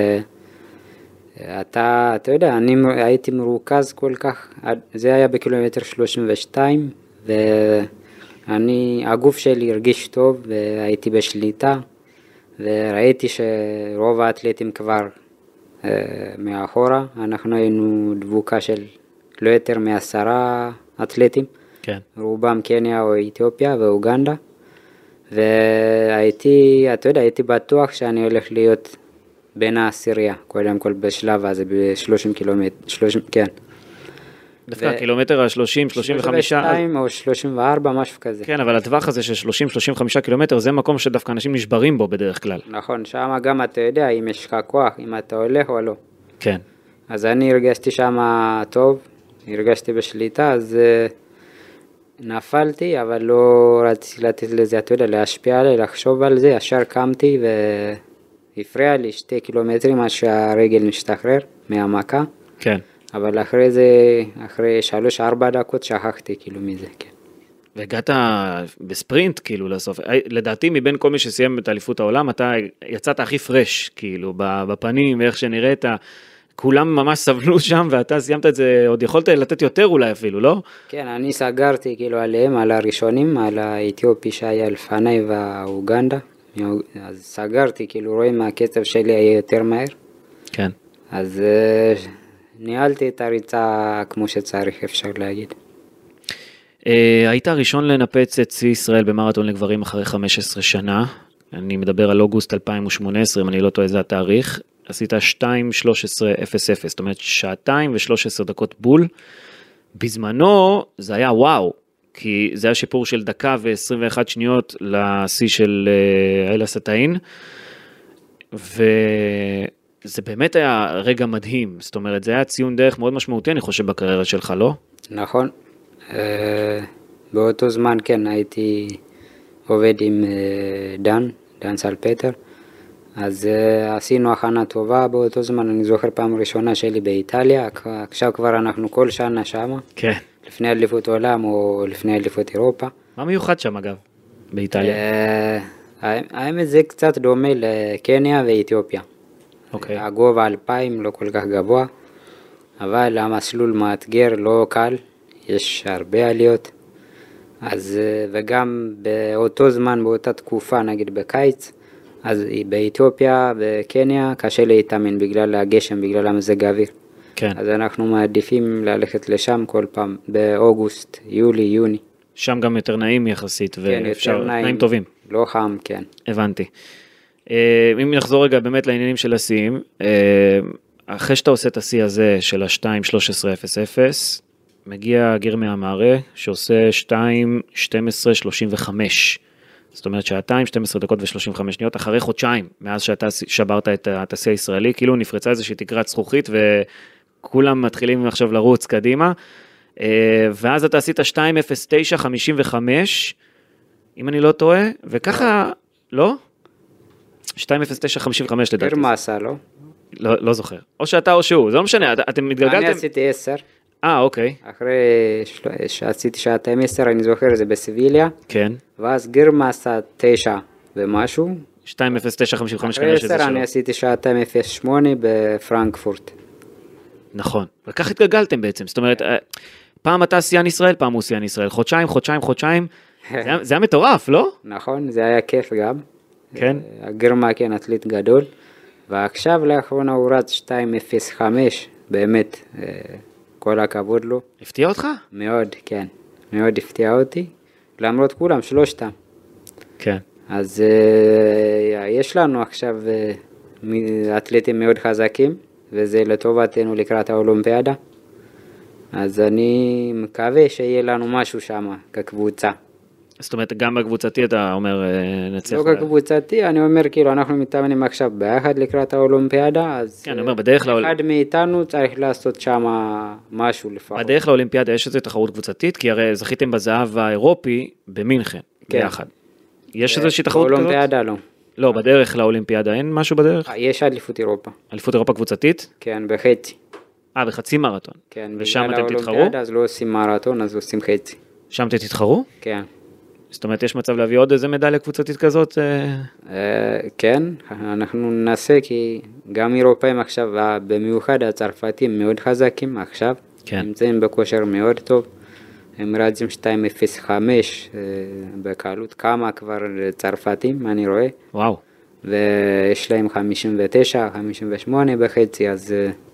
אתה, אתה יודע, אני הייתי מרוכז כל כך, זה היה בקילומטר שלושים ושתיים, ואני, הגוף שלי הרגיש טוב, והייתי בשליטה, וראיתי שרוב האתלטים כבר אה, מאחורה, אנחנו היינו דבוקה של לא יותר מעשרה אתלטים, כן. רובם קניה או אתיופיה ואוגנדה, והייתי, אתה יודע, הייתי בטוח שאני הולך להיות בין העשירייה, קודם כל בשלב הזה, ב-שלושים קילומטר, שלושים, כן. דווקא הקילומטר ה-שלושים, שלושים וחמש... שלושים ושתיים או שלושים וארבע, משהו כזה. כן, אבל הטווח הזה של שלושים שלושים וחמישה קילומטר, זה מקום שדווקא אנשים נשברים בו בדרך כלל. נכון, שם גם אתה יודע אם יש לך כוח, אם אתה הולך או לא. כן. אז אני הרגשתי שם טוב, הרגשתי בשליטה, אז נפלתי, אבל לא רציתי לתת לזה, אתה יודע, להשפיע עליי, לחשוב על זה, ישר קמתי והפריע לי שתי קילומטרים עד שהרגל משתחרר מהמכה. כן. אבל אחרי זה, אחרי שלוש, ארבע דקות שכחתי כאילו מזה, כן. והגעת בספרינט כאילו לסוף, לדעתי מבין כל מי שסיים את אליפות העולם, אתה יצאת הכי פרש, כאילו, בפנים, איך שנראית, כולם ממש סבלו שם, ואתה סיימת את זה, עוד יכולת לתת יותר אולי אפילו, לא? כן, אני סגרתי כאילו עליהם, על הראשונים, על האתיופי שהיה לפניי והאוגנדה, אז סגרתי, כאילו רואים הקצב שלי היה יותר מהר. כן. אז ניהלתי את הריצה כמו שצריך, אפשר להגיד. היית הראשון לנפץ את צי ישראל במרתון לגברים אחרי חמש עשרה שנה, אני מדבר על אוגוסט אלפיים ושמונה עשרה, אם אני לא טועה זה התאריך, עשית שתיים שלוש עשרה אפס אפס, זאת אומרת שעתיים ושלוש עשרה דקות בול, בזמנו זה היה וואו, כי זה היה שיפור של דקה ו-עשרים ואחת שניות לשיא של אלה סטאין, וזה באמת היה רגע מדהים, זאת אומרת זה היה ציון דרך מאוד משמעותי אני חושב בקריירה שלך, לא? נכון, באותו זמן כן הייתי עובד עם דן, דן סלפטר, אז עשינו הכנה טובה באותו זמן, אני זוכר פעם ראשונה שלי באיטליה, עכשיו כבר אנחנו כל שנה שמה, כן. לפני אליפות עולם או לפני אליפות אירופה. מה מיוחד שם אגב, באיטליה? האמת זה קצת דומה לקניה ואתיופיה. אוקיי. הגובה אלפיים לא כל כך גבוה, אבל המסלול מאתגר לא קל, יש הרבה עליות, אז וגם באותו זמן, באותה תקופה, נגיד בקיץ, אז באתיופיה, בקניה, קשה להתאמן בגלל הגשם, בגלל המזג האוויר. כן. אז אנחנו מעדיפים ללכת לשם כל פעם, באוגוסט, יולי, יוני. שם גם יותר נעים יחסית, כן, ואפשר, יותר נעים. נעים טובים. לא חם, כן. הבנתי. אם נחזור רגע באמת לעניינים של השיאים, אחרי שאתה עושה את השיא הזה של ה-שתיים שלוש עשרה אפס אפס, מגיע גירמי אמרה שעושה שתיים שתים עשרה שלושים וחמש. זאת אומרת שעתיים, שתים עשרה דקות ו-שלושים וחמש שניות, אחרי חודשיים, מאז שאתה שברת את השיא הישראלי, כאילו נפרצה איזושהי תקרת זכוכית, וכולם מתחילים עכשיו לרוץ קדימה, ואז אתה עשית שתיים אפס תשע חמישים וחמש, אם אני לא טועה, וככה, לא? שתיים אפס תשע חמישים וחמש לדעתי. גרמה עשה, לא? לא, לא זוכר. או שאתה או שהוא, זה לא משנה, אתם מתגלגלתם? אני עשיתי עשר. אה, אוקיי. אחרי שעשיתי שעתיים עשר, אני זוכר, זה בסביליה. כן. ואז גרמה עשה תשע ומשהו. שתיים אפס תשע חמישים וחמש אחרי עשר אני עשיתי שעתיים אפס שמונה בפרנקפורט. נכון, וכך התגלגלתם בעצם, זאת אומרת, פעם אתה שיאן ישראל, פעם הוא שיאן ישראל, חודשיים, חודשיים, חודשיים, זה, זה היה מטורף, לא? נכון, זה היה כיף גם. כן. הגרמה כן אתלית גדול, ועכשיו לאחרונה הוא רץ שתיים אפס חמש, באמת, כל הכבוד לו. הפתיע אותך? מאוד, כן, מאוד הפתיע אותי, למרות כולם, שלושתם. כן. אז יש לנו עכשיו אתלטים מאוד חזקים, וזה לטובתנו לקראת האולימפיאדה. אז אני מקווה שיהיה לנו משהו שם כקבוצה. זאת אומרת, גם בקבוצתי אתה אומר נצליח... לא כקבוצתי, אני אומר כאילו אנחנו מתאמנים עכשיו ביחד לקראת האולימפיאדה, אז כן, אני אומר, בדרך לאול... אחד מאיתנו צריך לעשות שם משהו לפחות. בדרך לאולימפיאדה יש איזו תחרות קבוצתית, כי הרי זכיתם בזהב האירופי במינכן, כן. ביחד. יש איזושהי תחרות כזאת? באולימפיאדה לא. לא, בדרך לאולימפיאדה אין משהו בדרך? יש אליפות אירופה. אליפות אירופה קבוצתית? כן, בחצי. אה, בחצי מרתון. כן, ושם בגלל אתם תתחרו? האולימפיאדה אז לא עושים מרתון, אז עושים חצי. שם אתם תתחרו? כן. זאת אומרת, יש מצב להביא עוד איזה מדליה קבוצתית כזאת? כן, אנחנו ננסה, כי גם אירופאים עכשיו, במיוחד הצרפתים מאוד חזקים עכשיו, נמצאים בכושר מאוד טוב, הם רצים שתיים אפס חמש בקלות, כמה כבר צרפתים, אני רואה. וואו. ויש להם חמישים ותשע, חמישים ושמונה בחצי, אז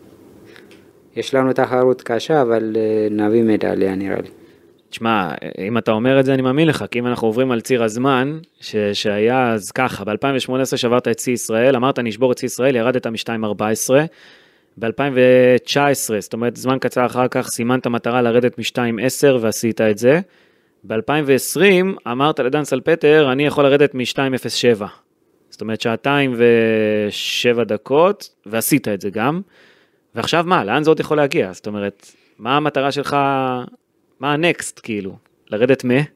יש לנו תחרות קשה, אבל נביא מדליה נראה לי. תשמע, אם אתה אומר את זה אני מאמין לך, כי אם אנחנו עוברים על ציר הזמן, ש- שהיה אז ככה, ב-אלפיים ושמונה עשרה שברת את צי ישראל, אמרת נשבור את צי ישראל, ירדת מ-שתיים ארבע עשרה, ב-אלפיים ותשע עשרה, זאת אומרת זמן קצר אחר כך, סימנת מטרה לרדת מ-שתיים עשר ועשית את זה, ב-אלפיים ועשרים אמרת לדן סלפטר, אני יכול לרדת מ-שתיים אפס שבע, זאת אומרת שעתיים ושבע דקות, ועשית את זה גם, ועכשיו מה, לאן זה עוד יכול להגיע? זאת אומרת, מה המטרה שלך... מה הנקסט, כאילו? לרדת מה?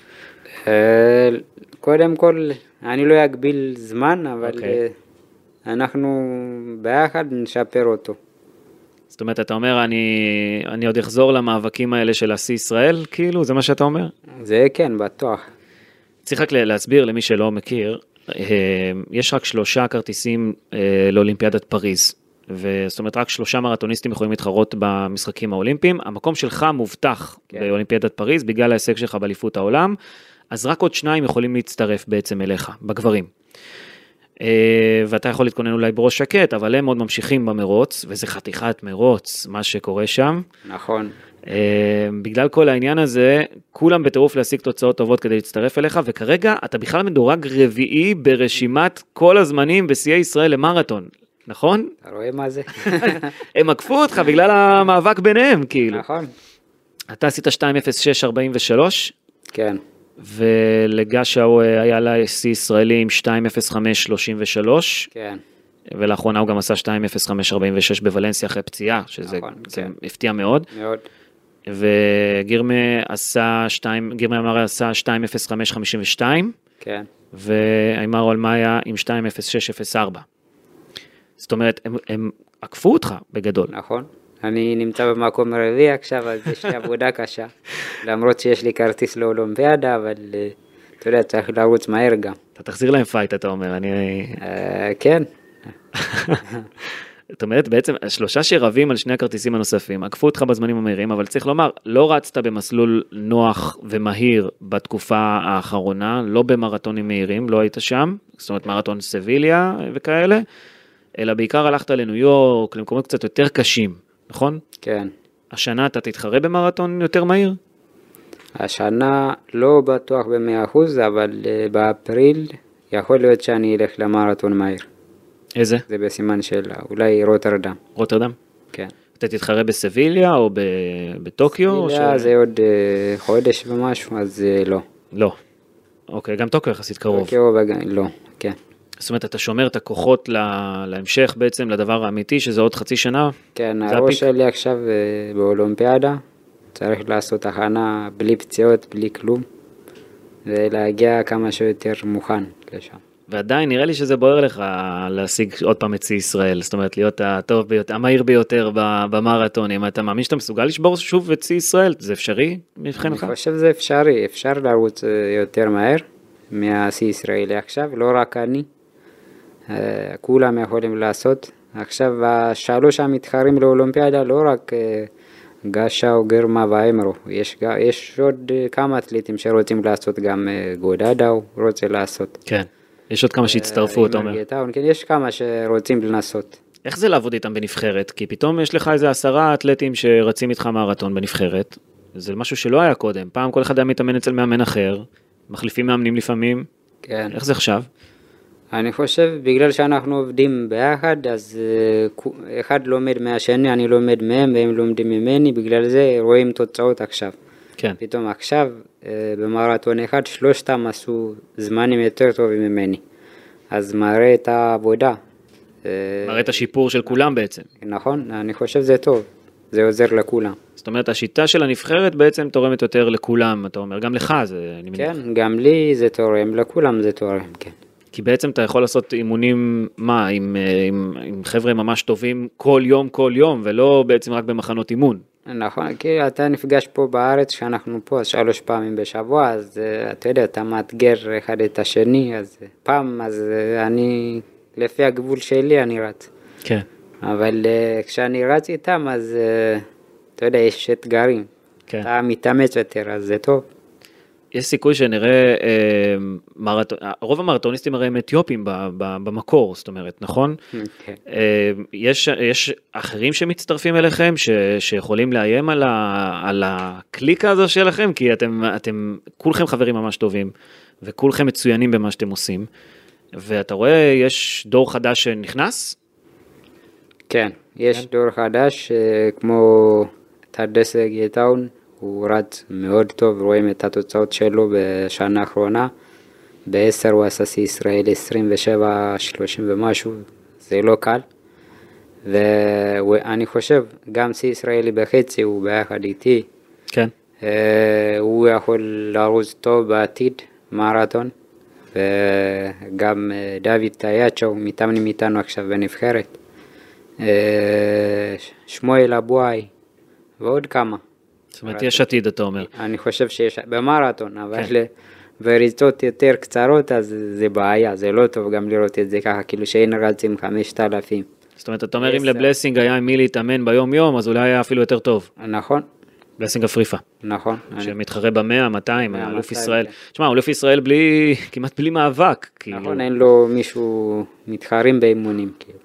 קודם כל, אני לא אגביל זמן, אבל אנחנו ביחד נשפר אותו. זאת אומרת, אתה אומר, אני, אני עוד אחזור למאבקים האלה של השיא ישראל, כאילו? זה מה שאתה אומר? זה כן, בטוח. צריך רק להסביר למי שלא מכיר, יש רק שלושה כרטיסים לאולימפיאדת פריז. וזאת אומרת, רק שלושה מרתוניסטים יכולים להתחרות במשחקים האולימפיים, המקום שלך מובטח כן. באולימפיאדת פריז, בגלל ההישג שלך באליפות העולם, אז רק עוד שניים יכולים להצטרף בעצם אליך, בגברים. ואתה יכול להתכונן אולי בראש שקט, אבל הם עוד ממשיכים במרוץ, וזה חתיכת מרוץ, מה שקורה שם. נכון. בגלל כל העניין הזה, כולם בטירוף להשיג תוצאות טובות כדי להצטרף אליך, וכרגע אתה בכלל מדורג רביעי ברשימת כל הזמנים בשיאי ישראל למרתון. נכון? אתה רואה מה זה? הם עקפו אותך בגלל המאבק ביניהם, כאילו. נכון. אתה עשית שתיים אפס שש ארבעים ושלוש? כן. ולגשה הוא היה לה שיא ישראלי עם שתיים אפס חמש שלושים ושלוש. כן. ולאחרונה הוא גם עשה שתיים אפס חמש ארבעים ושש בוולנסיה אחרי פציעה, שזה נכון, כן. הפתיע מאוד. מאוד. וגירמה עשה שתיים, גירמה אמרה עשה שתיים אפס חמש חמישים ושתיים. כן. ואימר אולמיה עם שתיים אפס שש אפס ארבע. זאת אומרת, הם, הם עקפו אותך בגדול. נכון. אני נמצא במקום רביעי עכשיו, אז יש לי עבודה קשה. למרות שיש לי כרטיס לאולימפיאדה, אבל אתה יודע, צריך לרוץ מהר גם. אתה תחזיר להם פייט, אתה אומר, אני... כן. זאת אומרת, בעצם, שלושה שרבים על שני הכרטיסים הנוספים, עקפו אותך בזמנים המהירים, אבל צריך לומר, לא רצת במסלול נוח ומהיר בתקופה האחרונה, לא במרתונים מהירים, לא היית שם, זאת אומרת, מרתון סביליה וכאלה, אלא בעיקר הלכת לניו יורק, למקומות קצת יותר קשים, נכון? כן. השנה אתה תתחרה במרתון יותר מהיר? השנה לא בטוח ב-מאה אחוז, אבל uh, באפריל יכול להיות שאני אלך למרתון מהיר. איזה? זה בסימן של אולי רוטרדם. רוטרדם? כן. אתה תתחרה בסביליה או בטוקיו? סביליה ש... זה עוד uh, חודש ומשהו, אז uh, לא. לא. אוקיי, גם טוקיו יחסית קרוב. טוקיו וגם, לא, כן. זאת אומרת, אתה שומר את הכוחות לה, להמשך בעצם, לדבר האמיתי, שזה עוד חצי שנה? כן, הראש שלי עכשיו uh, באולימפיאדה, צריך לעשות הכנה בלי פציעות, בלי כלום, ולהגיע כמה שיותר מוכן לשם. ועדיין נראה לי שזה בוער לך להשיג עוד פעם את צי ישראל, זאת אומרת להיות הטוב ביותר, המהיר ביותר במרתונים, אתה מאמין שאתה מסוגל לשבור שוב את צי ישראל? זה אפשרי מבחינך? אני חושב שזה אפשרי, אפשר לרוץ יותר מהר מהצי ישראלי עכשיו, לא רק אני, כולם יכולים לעשות, עכשיו השלוש המתחרים לאולימפיאדה לא רק גשאו, גרמה ואמרו, יש, יש עוד כמה אתליטים שרוצים לעשות, גם גודדאו רוצה לעשות. כן, יש עוד כמה שהצטרפו, אתה אומר. כן, יש כמה שרוצים לנסות. איך זה לעבוד איתם בנבחרת? כי פתאום יש לך איזה עשרה אתלטים שרצים איתך מרתון בנבחרת, זה משהו שלא היה קודם, פעם כל אחד היה מתאמן אצל מאמן אחר, מחליפים מאמנים לפעמים, כן. איך זה עכשיו? אני חושב, בגלל שאנחנו עובדים ביחד, אז אחד לומד מהשני, אני לומד מהם, והם לומדים ממני, בגלל זה רואים תוצאות עכשיו. כן. פתאום עכשיו, במרתון אחד, שלושתם עשו זמנים יותר טובים ממני. אז מראה את העבודה. מראה את השיפור של כולם בעצם. נכון, אני חושב זה טוב, זה עוזר לכולם. זאת אומרת, השיטה של הנבחרת בעצם תורמת יותר לכולם, אתה אומר, גם לך זה, אני מניח. כן, גם לי זה תורם, לכולם זה תורם, כן. כי בעצם אתה יכול לעשות אימונים, מה, עם, עם, עם חבר'ה ממש טובים כל יום, כל יום, ולא בעצם רק במחנות אימון. נכון, כי אתה נפגש פה בארץ, שאנחנו פה שלוש פעמים בשבוע, אז אתה יודע, אתה מאתגר אחד את השני, אז פעם, אז אני, לפי הגבול שלי אני רץ. כן. אבל כשאני רץ איתם, אז אתה יודע, יש אתגרים. כן. אתה מתאמץ יותר, אז זה טוב. יש סיכוי שנראה, אה, מרתון, רוב המרתוניסטים הרי הם אתיופים ב, ב, במקור, זאת אומרת, נכון? כן. אה, יש, יש אחרים שמצטרפים אליכם, ש, שיכולים לאיים על, ה, על הקליקה הזו שלכם, כי אתם, אתם, כולכם חברים ממש טובים, וכולכם מצוינים במה שאתם עושים, ואתה רואה, יש דור חדש שנכנס? כן, יש כן. דור חדש, כמו תדסה גטאון, הוא רץ מאוד טוב, רואים את התוצאות שלו בשנה האחרונה, בעשר הוא עשה שיא ישראל עשרים ושבע שלושים ומשהו, זה לא קל, ואני חושב, גם שיא ישראלי בחצי הוא ביחד איתי, כן. הוא יכול לרוץ טוב בעתיד, מרתון, וגם דוד טייאצ'ו מתאמנים איתנו עכשיו בנבחרת, שמואל אבואי, ועוד כמה. זאת אומרת, יש עתיד, אתה אומר. אני חושב שיש במרתון, אבל בריצות יותר קצרות, אז זה בעיה, זה לא טוב גם לראות את זה ככה, כאילו שאין רצים חמשת אלפים. זאת אומרת, אתה אומר, אם לבלסינג היה עם מי להתאמן ביום יום, אז אולי היה אפילו יותר טוב. נכון. בלסינג אפריפה. נכון. שמתחרה במאה, מאתיים, אלוף ישראל. תשמע, אלוף ישראל בלי, כמעט בלי מאבק. נכון, אין לו מישהו מתחרים באימונים, כאילו.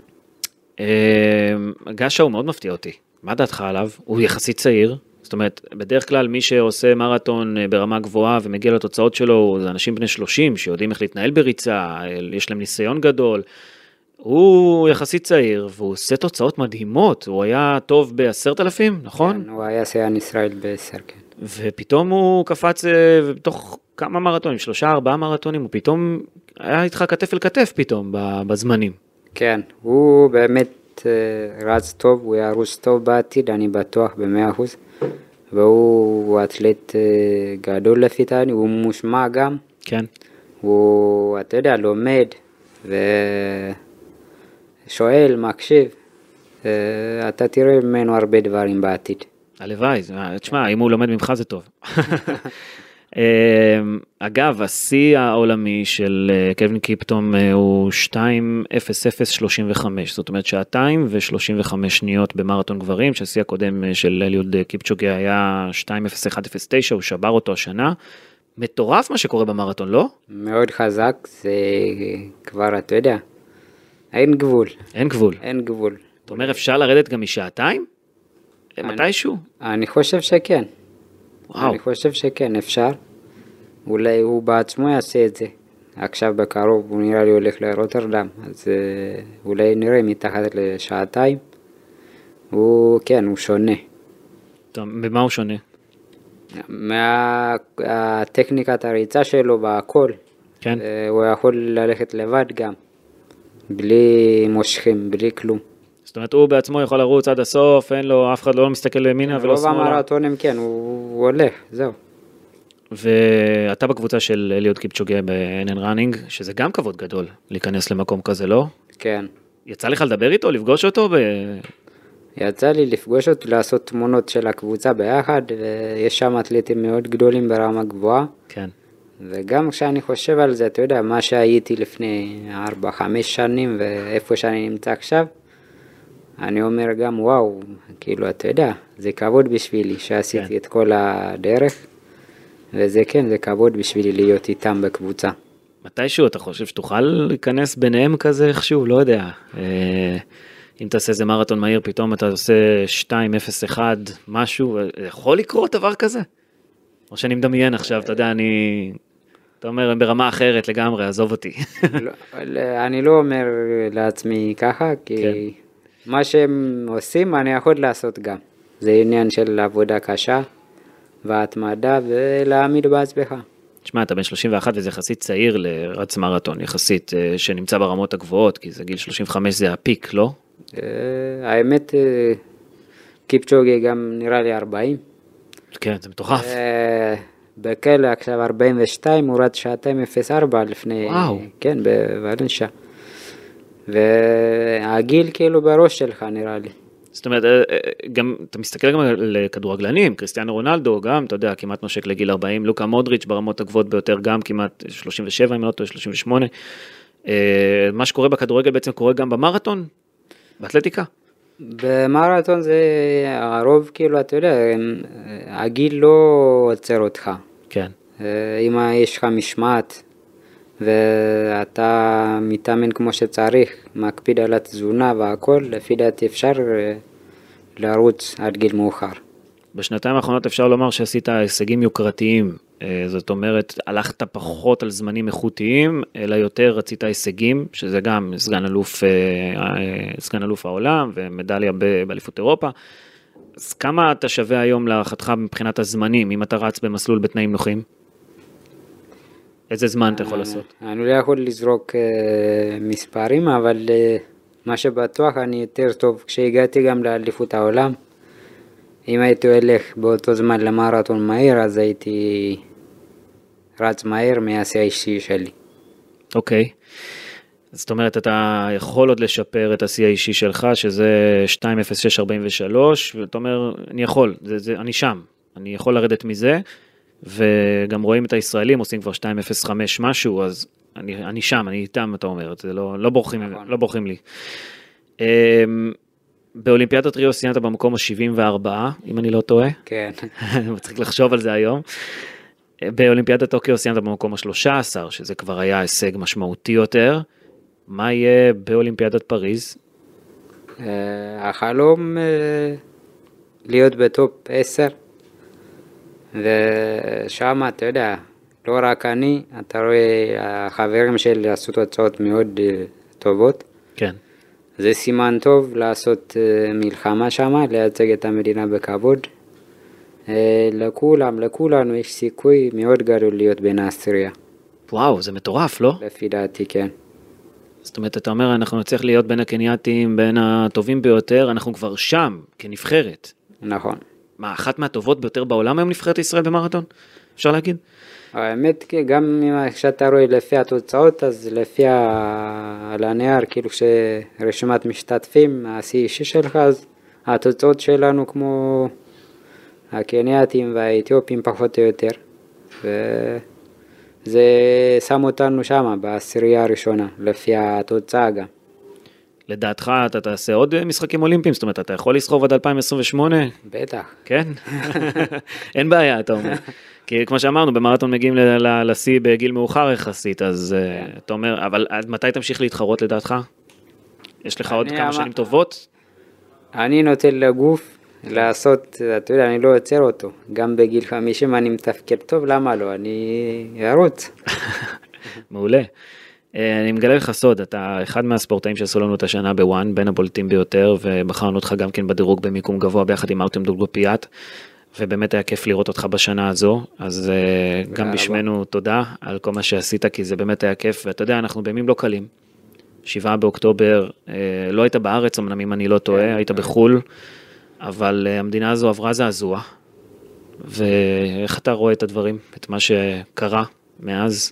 גשה הוא מאוד מפתיע אותי. מה דעתך עליו? הוא יחסית צעיר. זאת אומרת, בדרך כלל מי שעושה מרתון ברמה גבוהה ומגיע לתוצאות שלו, זה אנשים בני שלושים שיודעים איך להתנהל בריצה, יש להם ניסיון גדול. הוא יחסית צעיר, והוא עושה תוצאות מדהימות. הוא היה טוב בעשרת אלפים, נכון? כן, הוא היה שיאן ישראל בעשר, כן. ופתאום הוא קפץ בתוך כמה מרתונים, שלושה, ארבעה מרתונים, הוא פתאום היה איתך כתף אל כתף פתאום בזמנים. כן, הוא באמת רץ טוב, הוא ירוץ טוב בעתיד, אני בטוח במאה אחוז. והוא אתלט גדול לפי תני, הוא מושמע גם. כן. הוא, אתה יודע, לומד ושואל, מקשיב. אתה תראה ממנו הרבה דברים בעתיד. הלוואי, תשמע, אם הוא לומד ממך זה טוב. אגב, השיא העולמי של קלווין קיפטום הוא שתיים אפס אפס שלושים וחמש, זאת אומרת שעתיים ו-שלושים וחמש שניות במרתון גברים, שהשיא הקודם של אליוד קיפצ'וגה היה שתיים אפס אחת אפס תשע, הוא שבר אותו השנה. מטורף מה שקורה במרתון, לא? מאוד חזק, זה כבר, אתה יודע, אין גבול. אין גבול. אין גבול. אתה אומר, אפשר לרדת גם משעתיים? מתישהו? אני חושב שכן. וואו. אני חושב שכן, אפשר. אולי הוא בעצמו יעשה את זה. עכשיו בקרוב הוא נראה לי הולך לרוטרדם, אז אולי נראה מתחת לשעתיים. הוא, כן, הוא שונה. טוב, במה הוא שונה? מהטכניקת הריצה שלו והכל. כן. הוא יכול ללכת לבד גם. בלי מושכים, בלי כלום. זאת אומרת, הוא בעצמו יכול לרוץ עד הסוף, אין לו, אף אחד לא מסתכל לימינה ולא שמאלה. רוב המרתונים, כן, הוא הולך, זהו. ואתה בקבוצה של אליוד קיפצ'וגה ב-אן אן Running, שזה גם כבוד גדול להיכנס למקום כזה, לא? כן. יצא לך לדבר איתו, לפגוש אותו? ב... יצא לי לפגוש אותו, לעשות תמונות של הקבוצה ביחד, ויש שם אתלטים מאוד גדולים ברמה גבוהה. כן. וגם כשאני חושב על זה, אתה יודע, מה שהייתי לפני ארבע, חמש שנים, ואיפה שאני נמצא עכשיו, אני אומר גם וואו, כאילו אתה יודע, זה כבוד בשבילי שעשיתי כן. את כל הדרך, וזה כן, זה כבוד בשבילי להיות איתם בקבוצה. מתישהו אתה חושב שתוכל להיכנס ביניהם כזה איכשהו, לא יודע, אם תעשה איזה מרתון מהיר, פתאום אתה עושה שתיים אפס אחת, משהו, יכול לקרות דבר כזה? או שאני מדמיין עכשיו, אתה יודע, אני... אתה אומר, הם ברמה אחרת לגמרי, עזוב אותי. אני לא אומר לעצמי ככה, כי כן. מה שהם עושים, אני יכול לעשות גם. זה עניין של עבודה קשה, והתמדה, ולהעמיד בעצמך. תשמע, אתה בן שלושים ואחת וזה יחסית צעיר לרץ מרתון, יחסית שנמצא ברמות הגבוהות, כי זה גיל שלושים וחמש זה הפיק, לא? האמת, קיפצ'וגי גם נראה לי ארבעים. כן, זה מטורף. בכלא עכשיו ארבעים ושתיים, הוא רץ שעתיים אפס ארבע לפני... וואו. כן, בוולנסיה. והגיל כאילו בראש שלך נראה לי. זאת אומרת, גם, אתה מסתכל גם על כדורגלנים, קריסטיאנו רונלדו גם, אתה יודע, כמעט נושק לגיל ארבעים, לוקה מודריץ' ברמות הגבוהות ביותר גם, כמעט שלושים ושבע, אם לא טועה, שלושים ושמונה. מה שקורה בכדורגל בעצם קורה גם במרתון, באתלטיקה. במרתון זה הרוב, כאילו, אתה יודע, הגיל לא עוצר אותך. כן. אם יש לך משמעת, ואתה מתאמן כמו שצריך, מקפיד על התזונה והכל, לפי דעתי אפשר לרוץ עד גיל מאוחר. בשנתיים האחרונות אפשר לומר שעשית הישגים יוקרתיים, זאת אומרת, הלכת פחות על זמנים איכותיים, אלא יותר רצית הישגים, שזה גם סגן אלוף, סגן אלוף העולם, ומדליה באליפות אירופה. אז כמה אתה שווה היום להערכתך מבחינת הזמנים, אם אתה רץ במסלול בתנאים נוחים? איזה זמן אתה יכול לעשות? אני לא יכול לזרוק מספרים, אבל מה שבטוח אני יותר טוב. כשהגעתי גם לאליפות העולם, אם הייתי הולך באותו זמן למרתון מהיר, אז הייתי רץ מהר מהשיא האישי שלי. אוקיי. זאת אומרת, אתה יכול עוד לשפר את השיא האישי שלך, שזה שתיים אפס שש ארבעים ושלוש, ואתה אומר, אני יכול, זה, זה, אני שם, אני יכול לרדת מזה, וגם רואים את הישראלים עושים כבר שתיים אפס חמש משהו, אז אני, אני שם, אני איתם, אתה אומר, זה לא, לא בורחים, נכון. לא בורחים לי. באולימפיאדת ריו סיימת במקום ה-שבעים וארבע, אם אני לא טועה. כן. צריך לחשוב על זה היום. באולימפיאדת טוקיו סיימת במקום ה-שלושה עשר, שזה כבר היה הישג משמעותי יותר. מה יהיה באולימפיאדת פריז? החלום להיות בטופ עשר, ושם אתה יודע, לא רק אני, אתה רואה החברים שלי עשו תוצאות מאוד טובות. כן. זה סימן טוב לעשות מלחמה שם, לייצג את המדינה בכבוד. לכולם, לכולנו יש סיכוי מאוד גדול להיות בין העשירייה. וואו, זה מטורף, לא? לפי דעתי, כן. זאת אומרת, אתה אומר, אנחנו נצליח להיות בין הקנייתים, בין הטובים ביותר, אנחנו כבר שם, כנבחרת. נכון. מה, אחת מהטובות ביותר בעולם היום נבחרת ישראל במרתון? אפשר להגיד? האמת, גם כשאתה רואה לפי התוצאות, אז לפי על הנייר, כאילו כשרשימת משתתפים, השיא אישי שלך, אז התוצאות שלנו כמו הקנייתים והאתיופים פחות או יותר. וזה שם אותנו שם, בעשירייה הראשונה, לפי התוצאה גם. לדעתך אתה תעשה עוד משחקים אולימפיים? זאת אומרת, אתה יכול לסחוב עד אלפיים עשרים ושמונה? בטח. כן? אין בעיה, אתה אומר. כי כמו שאמרנו, במרתון מגיעים לשיא בגיל מאוחר יחסית, אז אתה אומר, אבל עד מתי תמשיך להתחרות לדעתך? יש לך עוד כמה שנים טובות? אני נותן לגוף לעשות, אתה יודע, אני לא עוצר אותו. גם בגיל חמישים אני מתפקד טוב, למה לא? אני ארוץ. מעולה. אני מגלה לך סוד, אתה אחד מהספורטאים שעשו לנו את השנה בוואן, בין הבולטים ביותר, ובחרנו אותך גם כן בדירוג במיקום גבוה, ביחד עם ארתם דולגופיאט, ובאמת היה כיף לראות אותך בשנה הזו, אז גם בשמנו תודה על כל מה שעשית, כי זה באמת היה כיף, ואתה יודע, אנחנו בימים לא קלים, שבעה באוקטובר, לא היית בארץ, אמנם אם אני לא טועה, היית בחול, אבל המדינה הזו עברה זעזוע, ואיך אתה רואה את הדברים, את מה שקרה מאז?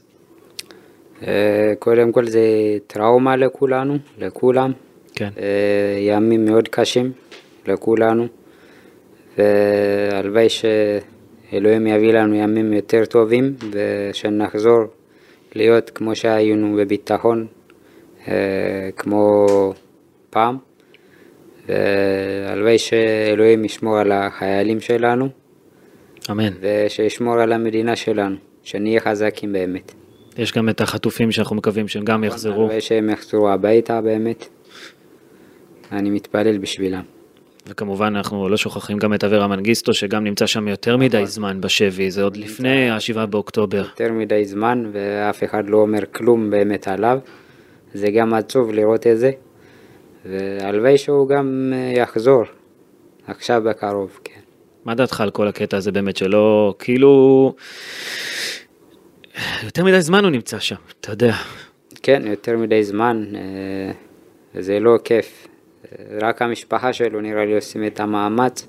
קודם כל זה טראומה לכולנו, לכולם. כן. ימים מאוד קשים לכולנו. והלוואי שאלוהים יביא לנו ימים יותר טובים, ושנחזור להיות כמו שהיינו בביטחון, כמו פעם. והלוואי שאלוהים ישמור על החיילים שלנו, אמן. ושישמור על המדינה שלנו, שנהיה חזקים באמת. יש גם את החטופים שאנחנו מקווים שהם גם יחזרו. הלוואי שהם יחזרו הביתה באמת, אני מתפלל בשבילם. וכמובן אנחנו לא שוכחים גם את אברה מנגיסטו, שגם נמצא שם יותר מדי זמן בשבי, זה עוד לפני השבעה באוקטובר. יותר מדי זמן, ואף אחד לא אומר כלום באמת עליו, זה גם עצוב לראות את זה, והלוואי שהוא גם יחזור, עכשיו בקרוב, כן. מה דעתך על כל הקטע הזה באמת שלא, כאילו, יותר מדי זמן הוא נמצא שם, אתה יודע. כן, יותר מדי זמן, זה לא כיף. רק המשפחה שלו נראה לי עושים את המאמץ,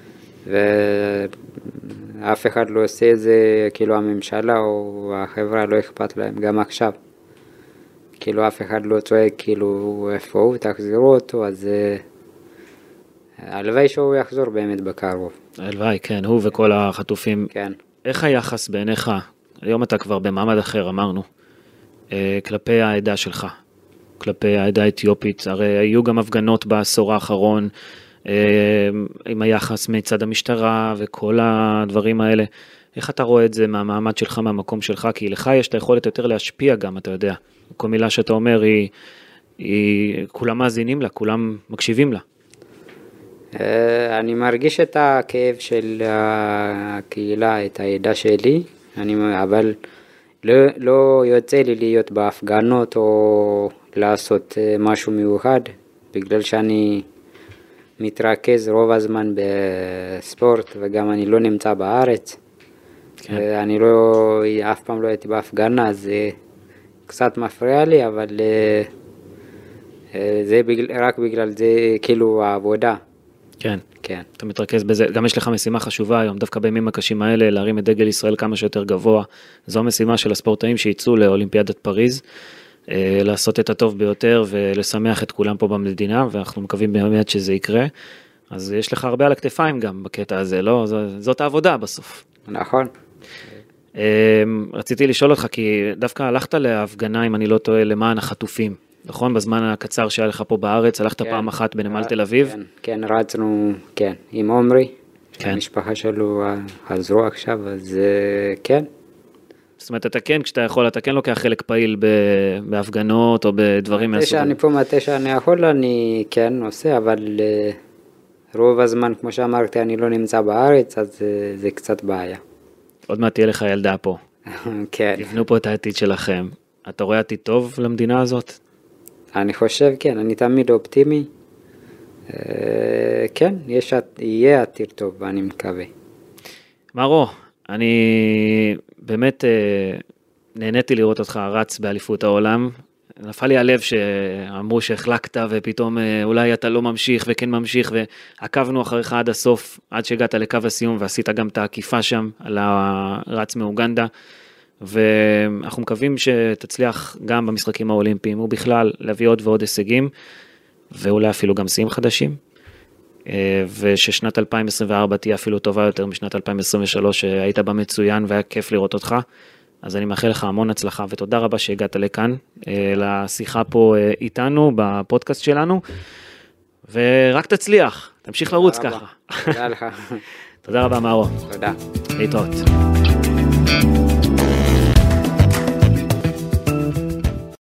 ואף אחד לא עושה את זה, כאילו הממשלה או החברה לא אכפת להם, גם עכשיו. כאילו אף אחד לא צועק, כאילו איפה הוא, תחזירו אותו, אז הלוואי שהוא יחזור באמת בקרוב. הלוואי, כן, הוא וכל החטופים. כן. איך היחס בעיניך, היום אתה כבר במעמד אחר, אמרנו, כלפי העדה שלך? כלפי העדה האתיופית, הרי היו גם הפגנות בעשור האחרון, עם היחס מצד המשטרה וכל הדברים האלה. איך אתה רואה את זה מהמעמד שלך, מהמקום שלך? כי לך יש את היכולת יותר להשפיע גם, אתה יודע. כל מילה שאתה אומר, היא, היא, כולם מאזינים לה, כולם מקשיבים לה. אני מרגיש את הכאב של הקהילה, את העדה שלי, אני, אבל לא, לא יוצא לי להיות בהפגנות או לעשות משהו מיוחד, בגלל שאני מתרכז רוב הזמן בספורט, וגם אני לא נמצא בארץ. כן. אני לא, אף פעם לא הייתי בהפגנה, אז זה קצת מפריע לי, אבל זה בגלל, רק בגלל זה כאילו העבודה. כן. כן. אתה מתרכז בזה, גם יש לך משימה חשובה היום, דווקא בימים הקשים האלה, להרים את דגל ישראל כמה שיותר גבוה. זו המשימה של הספורטאים שיצאו לאולימפיאדת פריז, לעשות את הטוב ביותר ולשמח את כולם פה במדינה, ואנחנו מקווים באמת שזה יקרה. אז יש לך הרבה על הכתפיים גם בקטע הזה, לא? זאת העבודה בסוף. נכון. רציתי לשאול אותך, כי דווקא הלכת להפגנה, אם אני לא טועה, למען החטופים, נכון? בזמן הקצר שהיה לך פה בארץ, הלכת כן, פעם אחת בנמל תל אביב? כן, כן, רצנו, כן, עם עומרי, כן. המשפחה שלו חזרו עכשיו, אז כן. זאת אומרת, אתה כן, כשאתה יכול, אתה כן לוקח חלק פעיל בהפגנות או בדברים מהסוג. שאני פה מתי שאני יכול, אני כן עושה, אבל רוב הזמן, כמו שאמרתי, אני לא נמצא בארץ, אז זה קצת בעיה. עוד מעט תהיה לך ילדה פה. כן. תבנו פה את העתיד שלכם. אתה רואה עתיד טוב למדינה הזאת? אני חושב, כן, אני תמיד אופטימי. כן, יש, יהיה עתיד טוב, אני מקווה. מרו, אני באמת נהניתי לראות אותך רץ באליפות העולם. נפל לי הלב שאמרו שהחלקת ופתאום אולי אתה לא ממשיך וכן ממשיך, ועקבנו אחריך עד הסוף, עד שהגעת לקו הסיום ועשית גם את העקיפה שם על הרץ מאוגנדה, ואנחנו מקווים שתצליח גם במשחקים האולימפיים ובכלל להביא עוד ועוד הישגים, ואולי אפילו גם שיאים חדשים, וששנת אלפיים עשרים וארבע תהיה אפילו טובה יותר משנת אלפיים עשרים ושלוש שהיית בה מצוין והיה כיף לראות אותך. אז אני מאחל לך המון הצלחה, ותודה רבה שהגעת לכאן, לשיחה פה איתנו, בפודקאסט שלנו, ורק תצליח, תמשיך לרוץ ככה. תודה לך. תודה רבה, מארו. תודה. להתראות.